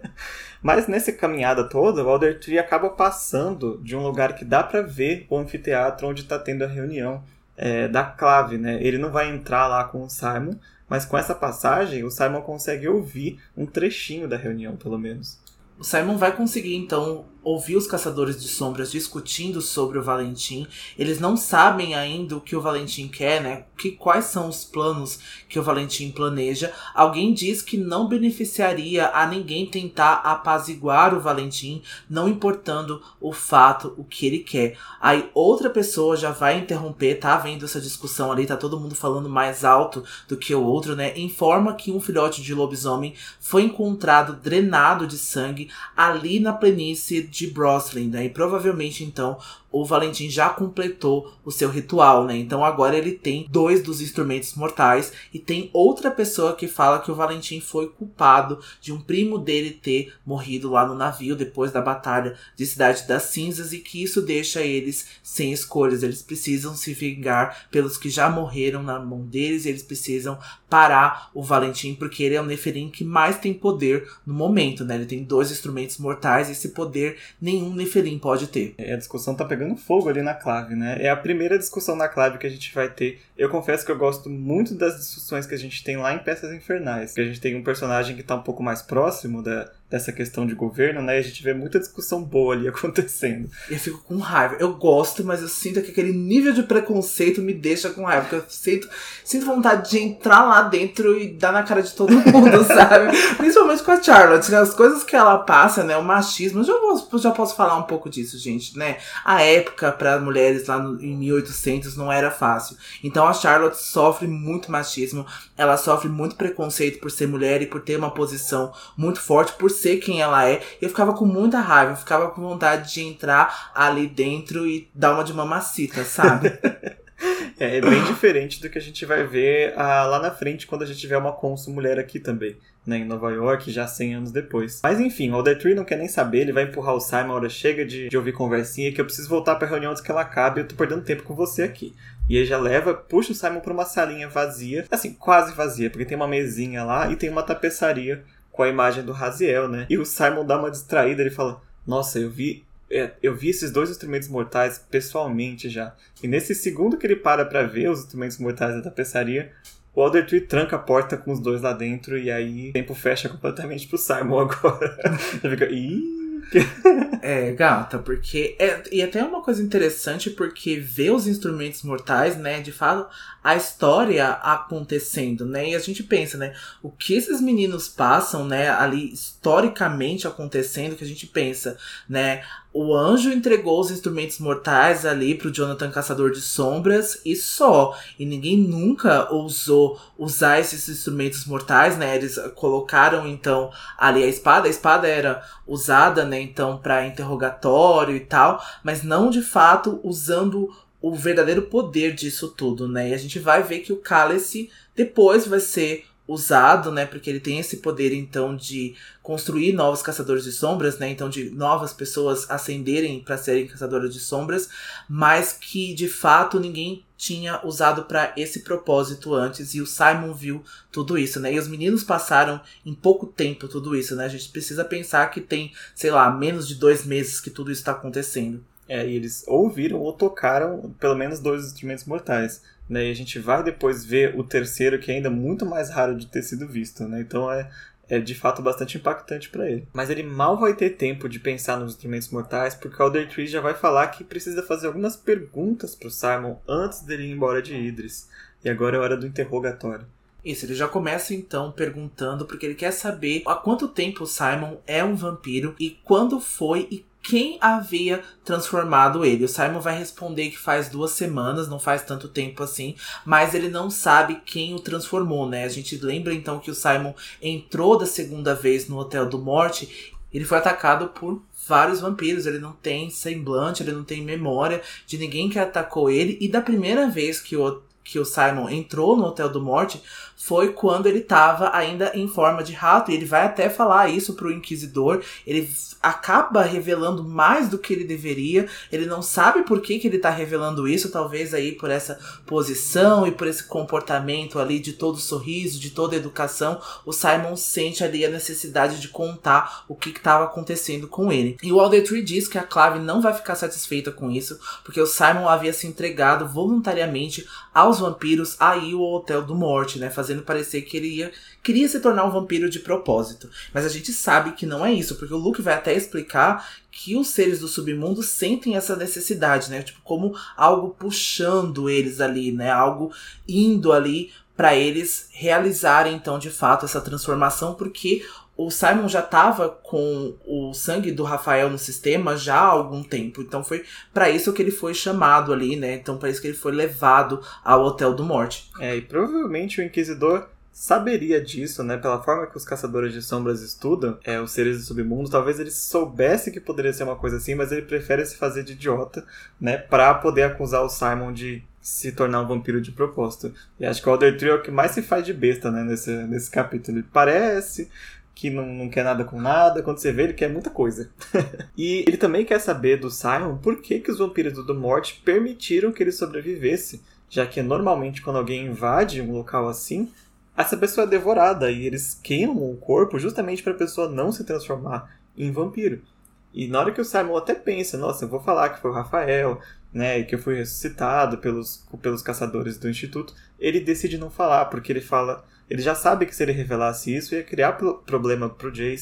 S2: Mas nessa caminhada toda, o Eldertree acaba passando de um lugar que dá pra ver o anfiteatro onde tá tendo a reunião é, da Clave, né? Ele não vai entrar lá com o Simon, mas com essa passagem o Simon consegue ouvir um trechinho da reunião, pelo menos.
S1: O Simon vai conseguir, então, ouvir os Caçadores de Sombras discutindo sobre o Valentim. Eles não sabem ainda o que o Valentim quer, né? Que, quais são os planos que o Valentim planeja. Alguém diz que não beneficiaria a ninguém tentar apaziguar o Valentim, não importando o fato, o que ele quer. Aí outra pessoa já vai interromper, tá vendo essa discussão ali, tá todo mundo falando mais alto do que o outro, né? Informa que um filhote de lobisomem foi encontrado drenado de sangue ali na planície de Broslin, né? E provavelmente, então, o Valentim já completou o seu ritual, né? Então agora ele tem dois dos instrumentos mortais, e tem outra pessoa que fala que o Valentim foi culpado de um primo dele ter morrido lá no navio depois da batalha de Cidade das Cinzas, e que isso deixa eles sem escolhas. Eles precisam se vingar pelos que já morreram na mão deles, e eles precisam parar o Valentim, porque ele é o Neferim que mais tem poder no momento, né? Ele tem dois instrumentos mortais, e esse poder nenhum Neferim pode ter.
S2: É, a discussão tá pegando fogo ali na Clave, né? É a primeira discussão na Clave que a gente vai ter. Eu confesso que eu gosto muito das discussões que a gente tem lá em Peças Infernais, que a gente tem um personagem que tá um pouco mais próximo da, dessa questão de governo, né? A gente vê muita discussão boa ali acontecendo.
S1: Eu fico com raiva. Eu gosto, mas eu sinto que aquele nível de preconceito me deixa com raiva. Porque eu sinto, sinto vontade de entrar lá dentro e dar na cara de todo mundo, sabe? Principalmente com a Charlotte, né? As coisas que ela passa, né? O machismo. Eu já posso, já posso falar um pouco disso, gente, né? A época para mulheres lá no, em mil e oitocentos não era fácil. Então a Charlotte sofre muito machismo. Ela sofre muito preconceito por ser mulher e por ter uma posição muito forte, por ser quem ela é. Eu ficava com muita raiva, eu ficava com vontade de entrar ali dentro e dar uma de mamacita, sabe?
S2: É, é bem diferente do que a gente vai ver ah, lá na frente, quando a gente tiver uma cônsul mulher aqui também, né, em Nova York, já cem anos depois. Mas enfim, o Alder Tree não quer nem saber, ele vai empurrar o Simon, a hora chega de, de ouvir conversinha, que eu preciso voltar pra reunião antes que ela acabe, eu tô perdendo tempo com você aqui. E ele já leva, puxa o Simon pra uma salinha vazia, assim, quase vazia, porque tem uma mesinha lá e tem uma tapeçaria com a imagem do Raziel, né? E o Simon dá uma distraída, ele fala, nossa, eu vi... Eu vi esses dois instrumentos mortais pessoalmente já. E nesse segundo que ele para pra ver os instrumentos mortais da tapeçaria, o Alder Tree tranca a porta com os dois lá dentro e aí o tempo fecha completamente pro Simon agora. Ele fica... Ih...
S1: É, gata, porque... É, e até uma coisa interessante, porque ver os instrumentos mortais, né, de fato, a história acontecendo, né, e a gente pensa, né, o que esses meninos passam, né, ali, historicamente acontecendo, que a gente pensa, né, o anjo entregou os instrumentos mortais ali pro Jonathan Caçador de Sombras e só. E ninguém nunca ousou usar esses instrumentos mortais, né? Eles colocaram, então, ali a espada. A espada era usada, né, então, pra interrogatório e tal. Mas não, de fato, usando o verdadeiro poder disso tudo, né? E a gente vai ver que o Cálice depois vai ser usado, né, porque ele tem esse poder, então, de construir novos caçadores de sombras, né, então de novas pessoas ascenderem para serem caçadoras de sombras, mas que, de fato, ninguém tinha usado para esse propósito antes, e o Simon viu tudo isso, né, e os meninos passaram em pouco tempo tudo isso, né, a gente precisa pensar que tem, sei lá, menos de dois meses que tudo isso está acontecendo.
S2: É, e eles ouviram ou tocaram pelo menos dois instrumentos mortais. Né, e a gente vai depois ver o terceiro, que é ainda muito mais raro de ter sido visto, né? Então é, é de fato bastante impactante para ele. Mas ele mal vai ter tempo de pensar nos instrumentos mortais, porque o Alder Tree já vai falar que precisa fazer algumas perguntas pro Simon antes dele ir embora de Idris. E agora é hora do interrogatório.
S1: Isso, ele já começa então perguntando, porque ele quer saber há quanto tempo o Simon é um vampiro e quando foi e quem havia transformado ele. O Simon vai responder que faz duas semanas, não faz tanto tempo assim, mas ele não sabe quem o transformou, né? A gente lembra então que o Simon entrou da segunda vez no Hotel do Morte, ele foi atacado por vários vampiros, ele não tem semblante, ele não tem memória de ninguém que atacou ele, e da primeira vez que o que o Simon entrou no Hotel do Morte foi quando ele estava ainda em forma de rato, e ele vai até falar isso pro Inquisidor. Ele acaba revelando mais do que ele deveria, ele não sabe por que que ele tá revelando isso, talvez aí por essa posição e por esse comportamento ali de todo sorriso, de toda educação. O Simon sente ali a necessidade de contar o que estava acontecendo com ele. E o Alder Tree diz que a Clave não vai ficar satisfeita com isso, porque o Simon havia se entregado voluntariamente aos vampiros aí o Hotel do Morte, né, fazendo parecer que ele ia, queria se tornar um vampiro de propósito. Mas a gente sabe que não é isso, porque o Luke vai até explicar que os seres do submundo sentem essa necessidade, né, tipo, como algo puxando eles ali, né, algo indo ali para eles realizarem, então, de fato, essa transformação, porque o Simon já estava com o sangue do Rafael no sistema já há algum tempo. Então foi para isso que ele foi chamado ali, né? Então para isso que ele foi levado ao Hotel do Morte.
S2: É, e provavelmente o Inquisidor saberia disso, né? Pela forma que os Caçadores de Sombras estudam é, os seres do submundo. Talvez ele soubesse que poderia ser uma coisa assim, mas ele prefere se fazer de idiota, né? Pra poder acusar o Simon de se tornar um vampiro de propósito. E acho que o Alder Tree é o que mais se faz de besta, né? Nesse, nesse capítulo. Ele parece que não, não quer nada com nada, quando você vê ele quer muita coisa. E ele também quer saber do Simon por que, que os vampiros do Morte permitiram que ele sobrevivesse, já que normalmente quando alguém invade um local assim, essa pessoa é devorada e eles queimam o corpo justamente para a pessoa não se transformar em vampiro. E na hora que o Simon até pensa, nossa, eu vou falar que foi o Rafael, né, e que eu fui ressuscitado pelos, pelos caçadores do Instituto, ele decide não falar, porque ele fala... Ele já sabe que se ele revelasse isso, ia criar pro- problema pro Jace,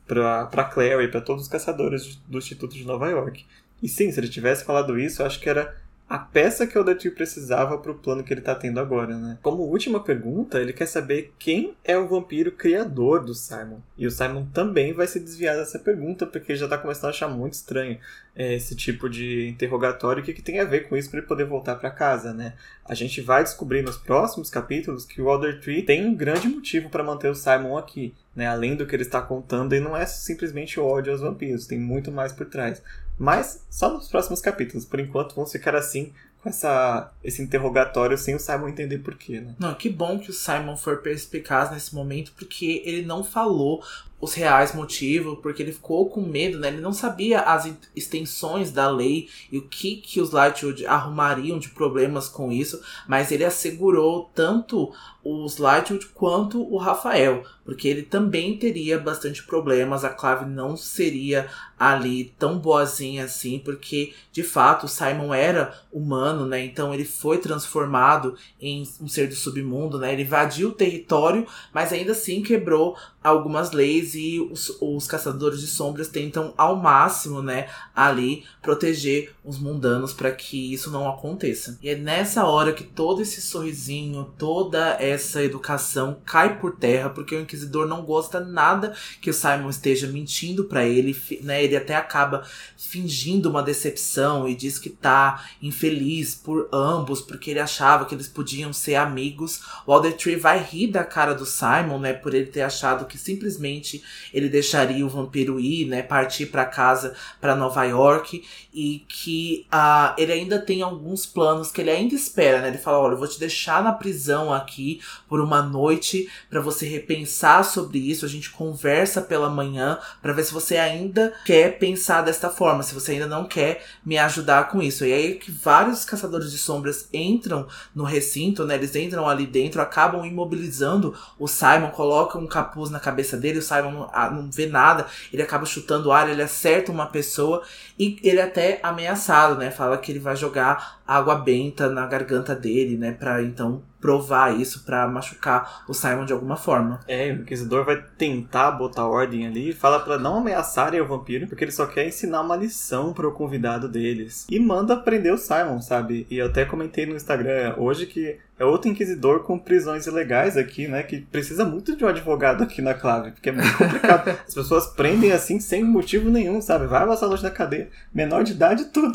S2: pra, pra Clary e pra todos os caçadores do Instituto de Nova York. E sim, se ele tivesse falado isso, eu acho que era a peça que o Alder Tree precisava pro plano que ele tá tendo agora, né? Como última pergunta, ele quer saber quem é o vampiro criador do Simon. E o Simon também vai se desviar dessa pergunta, porque ele já tá começando a achar muito estranho é, esse tipo de interrogatório, o que, que tem a ver com isso para ele poder voltar para casa, né? A gente vai descobrir nos próximos capítulos que o Alder Tree tem um grande motivo para manter o Simon aqui, né? Além do que ele está contando, e não é simplesmente o ódio aos vampiros, tem muito mais por trás. Mas só nos próximos capítulos. Por enquanto, vamos ficar assim, com essa, esse interrogatório, sem o Simon entender porquê, né?
S1: Não, que bom que o Simon foi perspicaz nesse momento, porque ele não falou os reais motivos, porque ele ficou com medo, né? Ele não sabia as extensões da lei e o que, que os Lightwood arrumariam de problemas com isso, mas ele assegurou tanto os Lightwood quanto o Rafael, porque ele também teria bastante problemas, a Clave não seria ali tão boazinha assim, porque de fato o Simon era humano, né? Então ele foi transformado em um ser do submundo, né? Ele invadiu o território, mas ainda assim quebrou algumas leis e os, os caçadores de sombras tentam ao máximo, né, ali proteger os mundanos para que isso não aconteça. E é nessa hora que todo esse sorrisinho, toda essa educação cai por terra, porque o Inquisidor não gosta nada que o Simon esteja mentindo para ele, né? Ele até acaba fingindo uma decepção e diz que tá infeliz por ambos, porque ele achava que eles podiam ser amigos. O Alder Tree vai rir da cara do Simon, né, por ele ter achado que simplesmente ele deixaria o vampiro ir, né, partir para casa, para Nova York, e que uh, ele ainda tem alguns planos que ele ainda espera, né? Ele fala, olha, eu vou te deixar na prisão aqui por uma noite para você repensar sobre isso, a gente conversa pela manhã para ver se você ainda quer pensar desta forma, se você ainda não quer me ajudar com isso. E aí que vários caçadores de sombras entram no recinto, né? Eles entram ali dentro, acabam imobilizando o Simon, colocam um capuz na cabeça dele, o Simon não, não vê nada, ele acaba chutando o ar, ele acerta uma pessoa e ele é até ameaçado, né? Fala que ele vai jogar água benta na garganta dele, né? Pra então provar isso, pra machucar o Simon de alguma forma.
S2: É, o Inquisidor vai tentar botar ordem ali e fala pra não ameaçarem o vampiro, porque ele só quer ensinar uma lição pro convidado deles. E manda prender o Simon, sabe? E eu até comentei no Instagram hoje que é outro Inquisidor com prisões ilegais aqui, né? Que precisa muito de um advogado aqui na Clave, porque é muito complicado. As pessoas prendem assim sem motivo nenhum, sabe? Vai passar longe da cadeia. Menor de idade, tudo.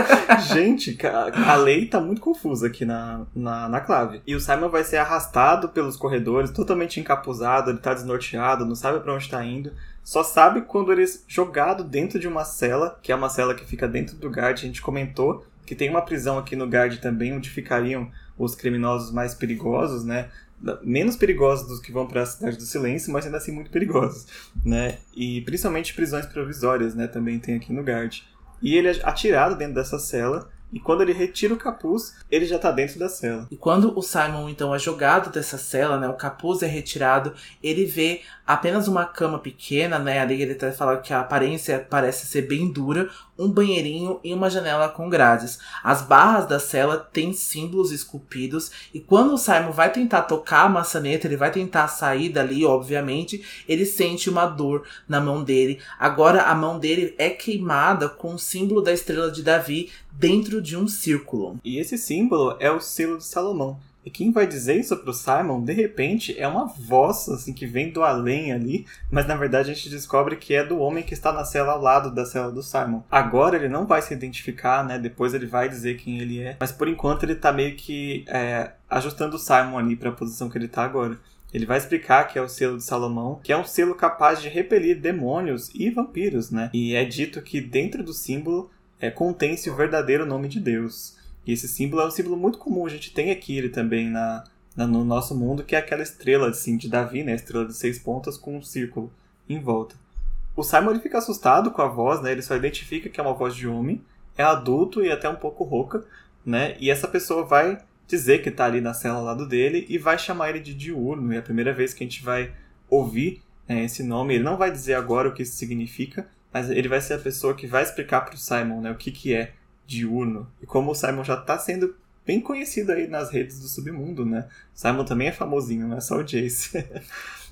S2: Gente, a lei tá muito confusa aqui na, na, na Clave. E o Simon vai ser arrastado pelos corredores, totalmente encapuzado, ele tá desnorteado, não sabe pra onde tá indo. Só sabe quando ele é jogado dentro de uma cela, que é uma cela que fica dentro do Guard. A gente comentou que tem uma prisão aqui no Guard também, onde ficariam os criminosos mais perigosos, né? Menos perigosos dos que vão para a Cidade do Silêncio, mas ainda assim muito perigosos, né? E principalmente prisões provisórias, né? Também tem aqui no Guard. E ele é atirado dentro dessa cela. E quando ele retira o capuz, ele já tá dentro da cela.
S1: E quando o Simon, então, é jogado dessa cela, né? O capuz é retirado, ele vê apenas uma cama pequena, né? Ali ele até fala que a aparência parece ser bem dura, um banheirinho e uma janela com grades. As barras da cela têm símbolos esculpidos, e quando o Simon vai tentar tocar a maçaneta, ele vai tentar sair dali, obviamente, ele sente uma dor na mão dele. Agora a mão dele é queimada com o símbolo da estrela de Davi dentro de um círculo.
S2: E esse símbolo é o selo de Salomão. E quem vai dizer isso pro Simon, de repente, é uma voz assim, que vem do além ali, mas na verdade a gente descobre que é do homem que está na cela ao lado da cela do Simon. Agora ele não vai se identificar, né? Depois ele vai dizer quem ele é, mas por enquanto ele tá meio que é, ajustando o Simon ali para a posição que ele tá agora. Ele vai explicar que é o selo de Salomão, que é um selo capaz de repelir demônios e vampiros, né? E é dito que dentro do símbolo é, contém-se o verdadeiro nome de Deus. E esse símbolo é um símbolo muito comum, a gente tem aqui ele também na, na, no nosso mundo, que é aquela estrela assim, de Davi, né? A estrela de seis pontas com um círculo em volta. O Simon ele fica assustado com a voz, né? Ele só identifica que é uma voz de homem, é adulto e até um pouco rouca, né? E essa pessoa vai dizer que está ali na cela ao lado dele e vai chamar ele de Diurno. E é a primeira vez que a gente vai ouvir né, esse nome. Ele não vai dizer agora o que isso significa, mas ele vai ser a pessoa que vai explicar para o Simon né, o que, que é Diurno. E como o Simon já está sendo bem conhecido aí nas redes do submundo, né? Simon também é famosinho, não é só o Jace.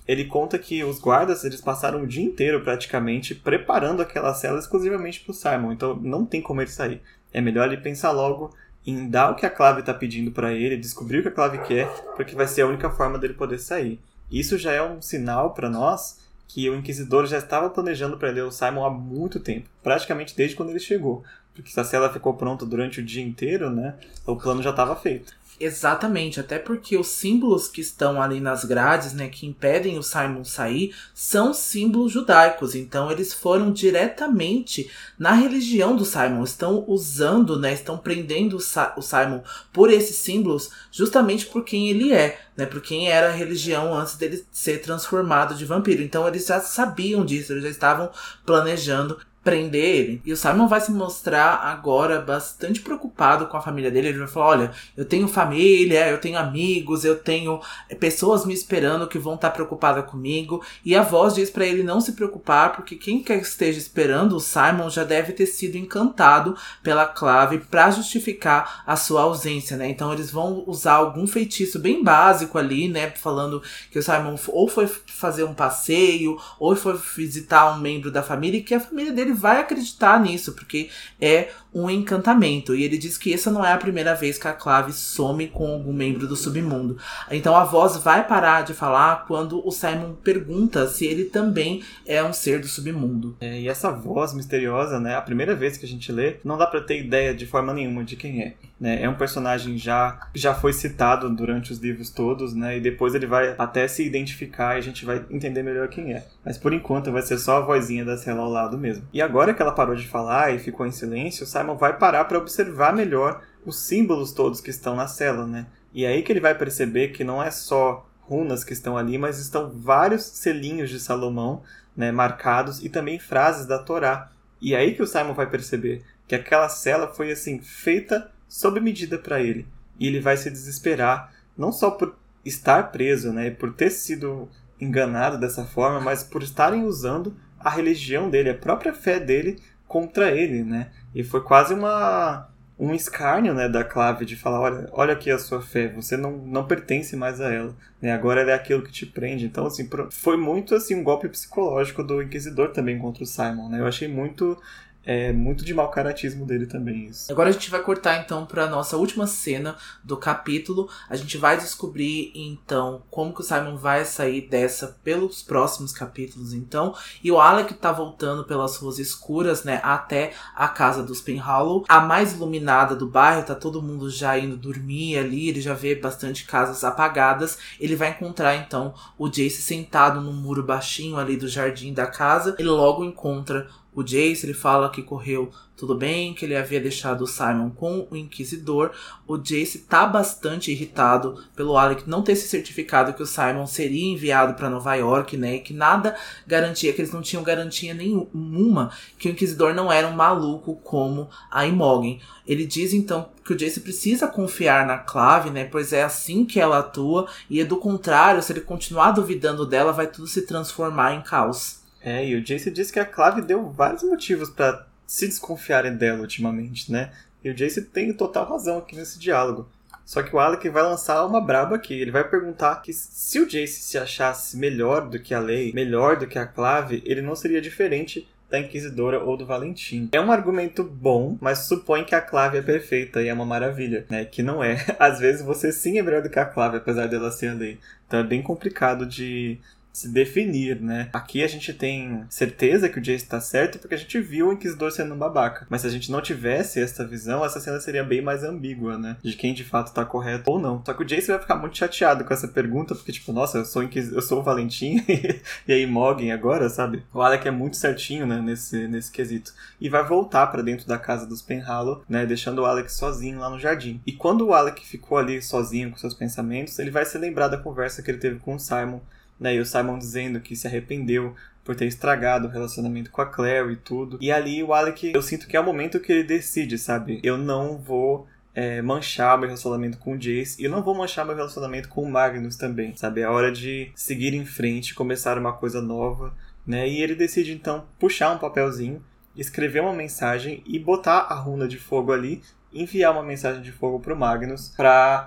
S2: ele conta que os guardas, eles passaram o dia inteiro praticamente preparando aquela cela exclusivamente pro Simon, então não tem como ele sair. É melhor ele pensar logo em dar o que a Clave tá pedindo pra ele, descobrir o que a Clave quer, porque vai ser a única forma dele poder sair. Isso já é um sinal pra nós que o Inquisidor já estava planejando prender o Simon há muito tempo, praticamente desde quando ele chegou. Porque se a cela ficou pronta durante o dia inteiro, né, o plano já estava feito.
S1: Exatamente, até porque os símbolos que estão ali nas grades, né, que impedem o Simon sair, são símbolos judaicos. Então eles foram diretamente na religião do Simon, estão usando, né, estão prendendo o, Sa- o Simon por esses símbolos, justamente por quem ele é, né, por quem era a religião antes dele ser transformado de vampiro. Então eles já sabiam disso, eles já estavam planejando prender ele. E o Simon vai se mostrar agora bastante preocupado com a família dele. Ele vai falar, olha, eu tenho família, eu tenho amigos, eu tenho pessoas me esperando que vão estar preocupadas comigo. E a voz diz pra ele não se preocupar, porque quem quer que esteja esperando o Simon já deve ter sido encantado pela Clave pra justificar a sua ausência, né? Então eles vão usar algum feitiço bem básico ali, né? Falando que o Simon ou foi fazer um passeio, ou foi visitar um membro da família, e que a família dele vai acreditar nisso, porque é um encantamento. E ele diz que essa não é a primeira vez que a Clave some com algum membro do submundo. Então a voz vai parar de falar quando o Simon pergunta se ele também é um ser do submundo.
S2: É, e essa voz misteriosa, né, a primeira vez que a gente lê, não dá pra ter ideia de forma nenhuma de quem é. Né? É um personagem já já foi citado durante os livros todos, né, e depois ele vai até se identificar e a gente vai entender melhor quem é. Mas por enquanto vai ser só a vozinha da Ciela ao lado mesmo. E agora que ela parou de falar e ficou em silêncio, o Simon vai parar para observar melhor os símbolos todos que estão na cela, né? E é aí que ele vai perceber que não é só runas que estão ali, mas estão vários selinhos de Salomão, né, marcados, e também frases da Torá. E é aí que o Simon vai perceber que aquela cela foi assim feita sob medida para ele. E ele vai se desesperar, não só por estar preso, né, por ter sido enganado dessa forma, mas por estarem usando a religião dele, a própria fé dele contra ele, né? E foi quase uma, um escárnio, né, da Clave de falar, olha, olha aqui a sua fé, você não, não pertence mais a ela, né? Agora ela é aquilo que te prende. Então, assim, foi muito assim, um golpe psicológico do Inquisidor também contra o Simon, né? Eu achei muito... É muito de mau caratismo dele também isso.
S1: Agora a gente vai cortar então para nossa última cena do capítulo. A gente vai descobrir então como que o Simon vai sair dessa pelos próximos capítulos então. E o Alec tá voltando pelas ruas escuras, né, até a casa dos Penhallow, a mais iluminada do bairro. Tá todo mundo já indo dormir ali, ele já vê bastante casas apagadas. Ele vai encontrar então o Jace sentado num muro baixinho ali do jardim da casa. Ele logo encontra o Jace, ele fala que correu tudo bem, que ele havia deixado o Simon com o Inquisidor. O Jace tá bastante irritado pelo Alec não ter se certificado que o Simon seria enviado para Nova York, né? E que nada garantia, que eles não tinham garantia nenhuma que o Inquisidor não era um maluco como a Imogen. Ele diz então que o Jace precisa confiar na Clave, né? Pois é assim que ela atua, e do contrário, se ele continuar duvidando dela, vai tudo se transformar em caos.
S2: É, e o Jace disse que a Clave deu vários motivos pra se desconfiarem dela ultimamente, né? E o Jace tem total razão aqui nesse diálogo. Só que o Alec vai lançar uma braba aqui. Ele vai perguntar que se o Jace se achasse melhor do que a Lei, melhor do que a Clave, ele não seria diferente da Inquisidora ou do Valentim. É um argumento bom, mas supõe que a Clave é perfeita e é uma maravilha, né? Que não é. Às vezes você sim é melhor do que a Clave, apesar dela ser a Lei. Então é bem complicado de se definir, né? Aqui a gente tem certeza que o Jace tá certo porque a gente viu o Inquisidor sendo um babaca. Mas se a gente não tivesse essa visão, essa cena seria bem mais ambígua, né? De quem de fato tá correto ou não. Só que o Jace vai ficar muito chateado com essa pergunta, porque tipo, nossa, eu sou, Inquis... eu sou o Valentim e aí Imogen agora, sabe? O Alec é muito certinho, né? Nesse, nesse quesito. E vai voltar pra dentro da casa dos Penhallow, né? Deixando o Alec sozinho lá no jardim. E quando o Alec ficou ali sozinho com seus pensamentos, ele vai se lembrar da conversa que ele teve com o Simon. Né, e o Simon dizendo que se arrependeu por ter estragado o relacionamento com a Claire e tudo. E ali o Alec, eu sinto que é o momento que ele decide, sabe? Eu não vou é, manchar meu relacionamento com o Jace e eu não vou manchar meu relacionamento com o Magnus também, sabe? É hora de seguir em frente, começar uma coisa nova, né? E ele decide então puxar um papelzinho, escrever uma mensagem e botar a runa de fogo ali, enviar uma mensagem de fogo pro Magnus pra, né,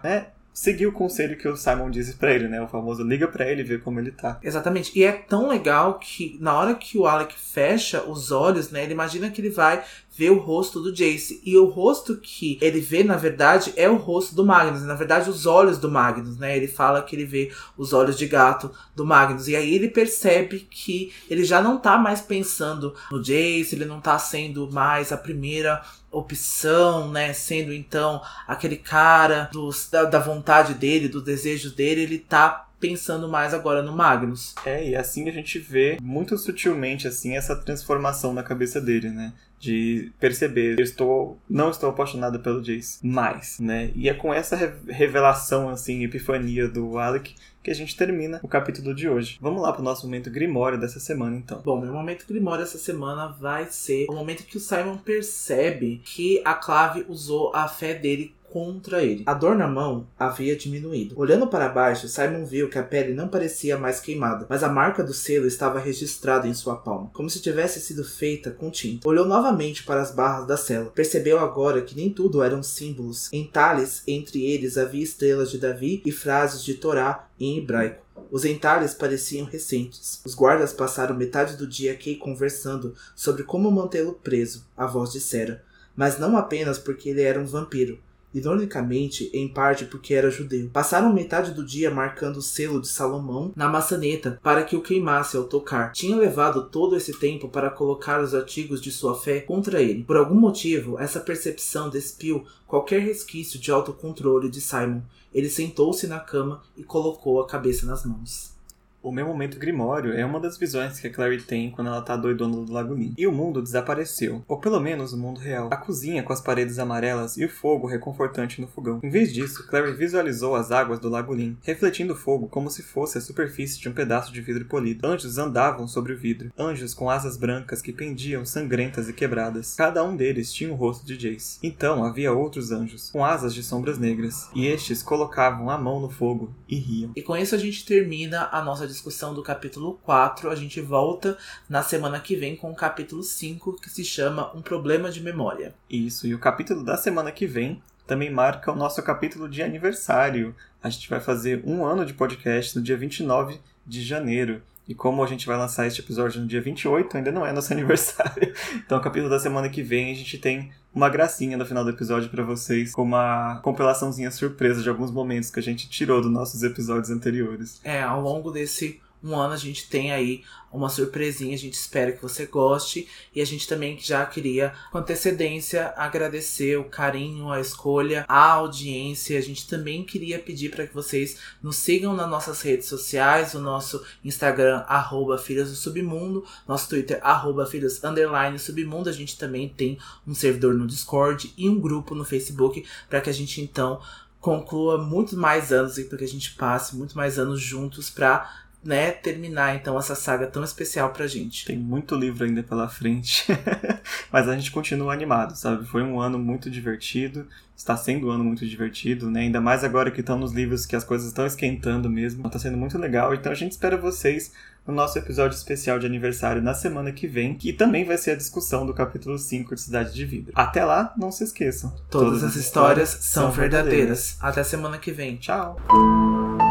S2: seguir o conselho que o Simon disse pra ele, né? O famoso liga pra ele e vê como ele tá.
S1: Exatamente. E é tão legal que na hora que o Alec fecha os olhos, né? Ele imagina que ele vai ver o rosto do Jace. E o rosto que ele vê, na verdade, é o rosto do Magnus. Na verdade, os olhos do Magnus, né? Ele fala que ele vê os olhos de gato do Magnus. E aí ele percebe que ele já não tá mais pensando no Jace, ele não tá sendo mais a primeira opção, né, sendo então aquele cara dos, da, da vontade dele, do desejo dele, ele tá pensando mais agora no Magnus.
S2: É, e assim a gente vê muito sutilmente assim essa transformação na cabeça dele, né? De perceber, eu estou, não estou apaixonado pelo Jace mais, né? E é com essa re- revelação, assim, epifania do Alec que a gente termina o capítulo de hoje. Vamos lá pro nosso momento Grimório dessa semana, então.
S1: Bom, meu momento Grimório essa semana vai ser o momento que o Simon percebe que a Clave usou a fé dele contra ele. A dor na mão havia diminuído. Olhando para baixo, Simon viu que a pele não parecia mais queimada, mas a marca do selo estava registrada em sua palma, como se tivesse sido feita com tinta. Olhou novamente para as barras da cela. Percebeu agora que nem tudo eram símbolos. Em talhes, entre eles havia estrelas de Davi e frases de Torá em hebraico. Os entalhes pareciam recentes. Os guardas passaram metade do dia aqui conversando sobre como mantê-lo preso, a voz dissera. Mas não apenas porque ele era um vampiro. Ironicamente, em parte porque era judeu. Passaram metade do dia marcando o selo de Salomão na maçaneta para que o queimasse ao tocar. Tinha levado todo esse tempo para colocar os artigos de sua fé contra ele. Por algum motivo, essa percepção despiu qualquer resquício de autocontrole de Simon. Ele sentou-se na cama e colocou a cabeça nas mãos.
S2: O meu momento Grimório é uma das visões que a Clary tem quando ela tá doidona do Lago Lim. E o mundo desapareceu. Ou pelo menos o mundo real. A cozinha com as paredes amarelas e o fogo reconfortante no fogão. Em vez disso, Clary visualizou as águas do Lago Lim, refletindo o fogo como se fosse a superfície de um pedaço de vidro polido. Anjos andavam sobre o vidro. Anjos com asas brancas que pendiam sangrentas e quebradas. Cada um deles tinha o rosto de Jace. Então havia outros anjos, com asas de sombras negras. E estes colocavam a mão no fogo e riam.
S1: E com isso a gente termina a nossa discussão do capítulo quatro. A gente volta na semana que vem com o capítulo cinco, que se chama Um Problema de Memória.
S2: Isso, e o capítulo da semana que vem também marca o nosso capítulo de aniversário. A gente vai fazer um ano de podcast no dia vinte e nove de janeiro. E como a gente vai lançar este episódio no dia vinte e oito, ainda não é nosso aniversário. Então o capítulo da semana que vem a gente tem uma gracinha no final do episódio pra vocês, com uma compilaçãozinha surpresa de alguns momentos que a gente tirou dos nossos episódios anteriores.
S1: É, ao longo desse um ano a gente tem aí uma surpresinha, a gente espera que você goste. E a gente também já queria, com antecedência, agradecer o carinho, a escolha, a audiência. A gente também queria pedir para que vocês nos sigam nas nossas redes sociais, o nosso Instagram, arroba Filhas do Submundo, nosso Twitter, arroba Filhas underline Submundo. A gente também tem um servidor no Discord e um grupo no Facebook, para que a gente então conclua muito mais anos e para que a gente passe muito mais anos juntos para, né, terminar então essa saga tão especial pra gente.
S2: Tem muito livro ainda pela frente, mas a gente continua animado, sabe? Foi um ano muito divertido, está sendo um ano muito divertido, né? Ainda mais agora que estão nos livros que as coisas estão esquentando mesmo, está sendo muito legal. Então a gente espera vocês no nosso episódio especial de aniversário na semana que vem, que também vai ser a discussão do capítulo cinco de Cidade de Vidro. Até lá, não se esqueçam.
S1: Todas, Todas as histórias, histórias são verdadeiras. verdadeiras. Até semana que vem.
S2: Tchau!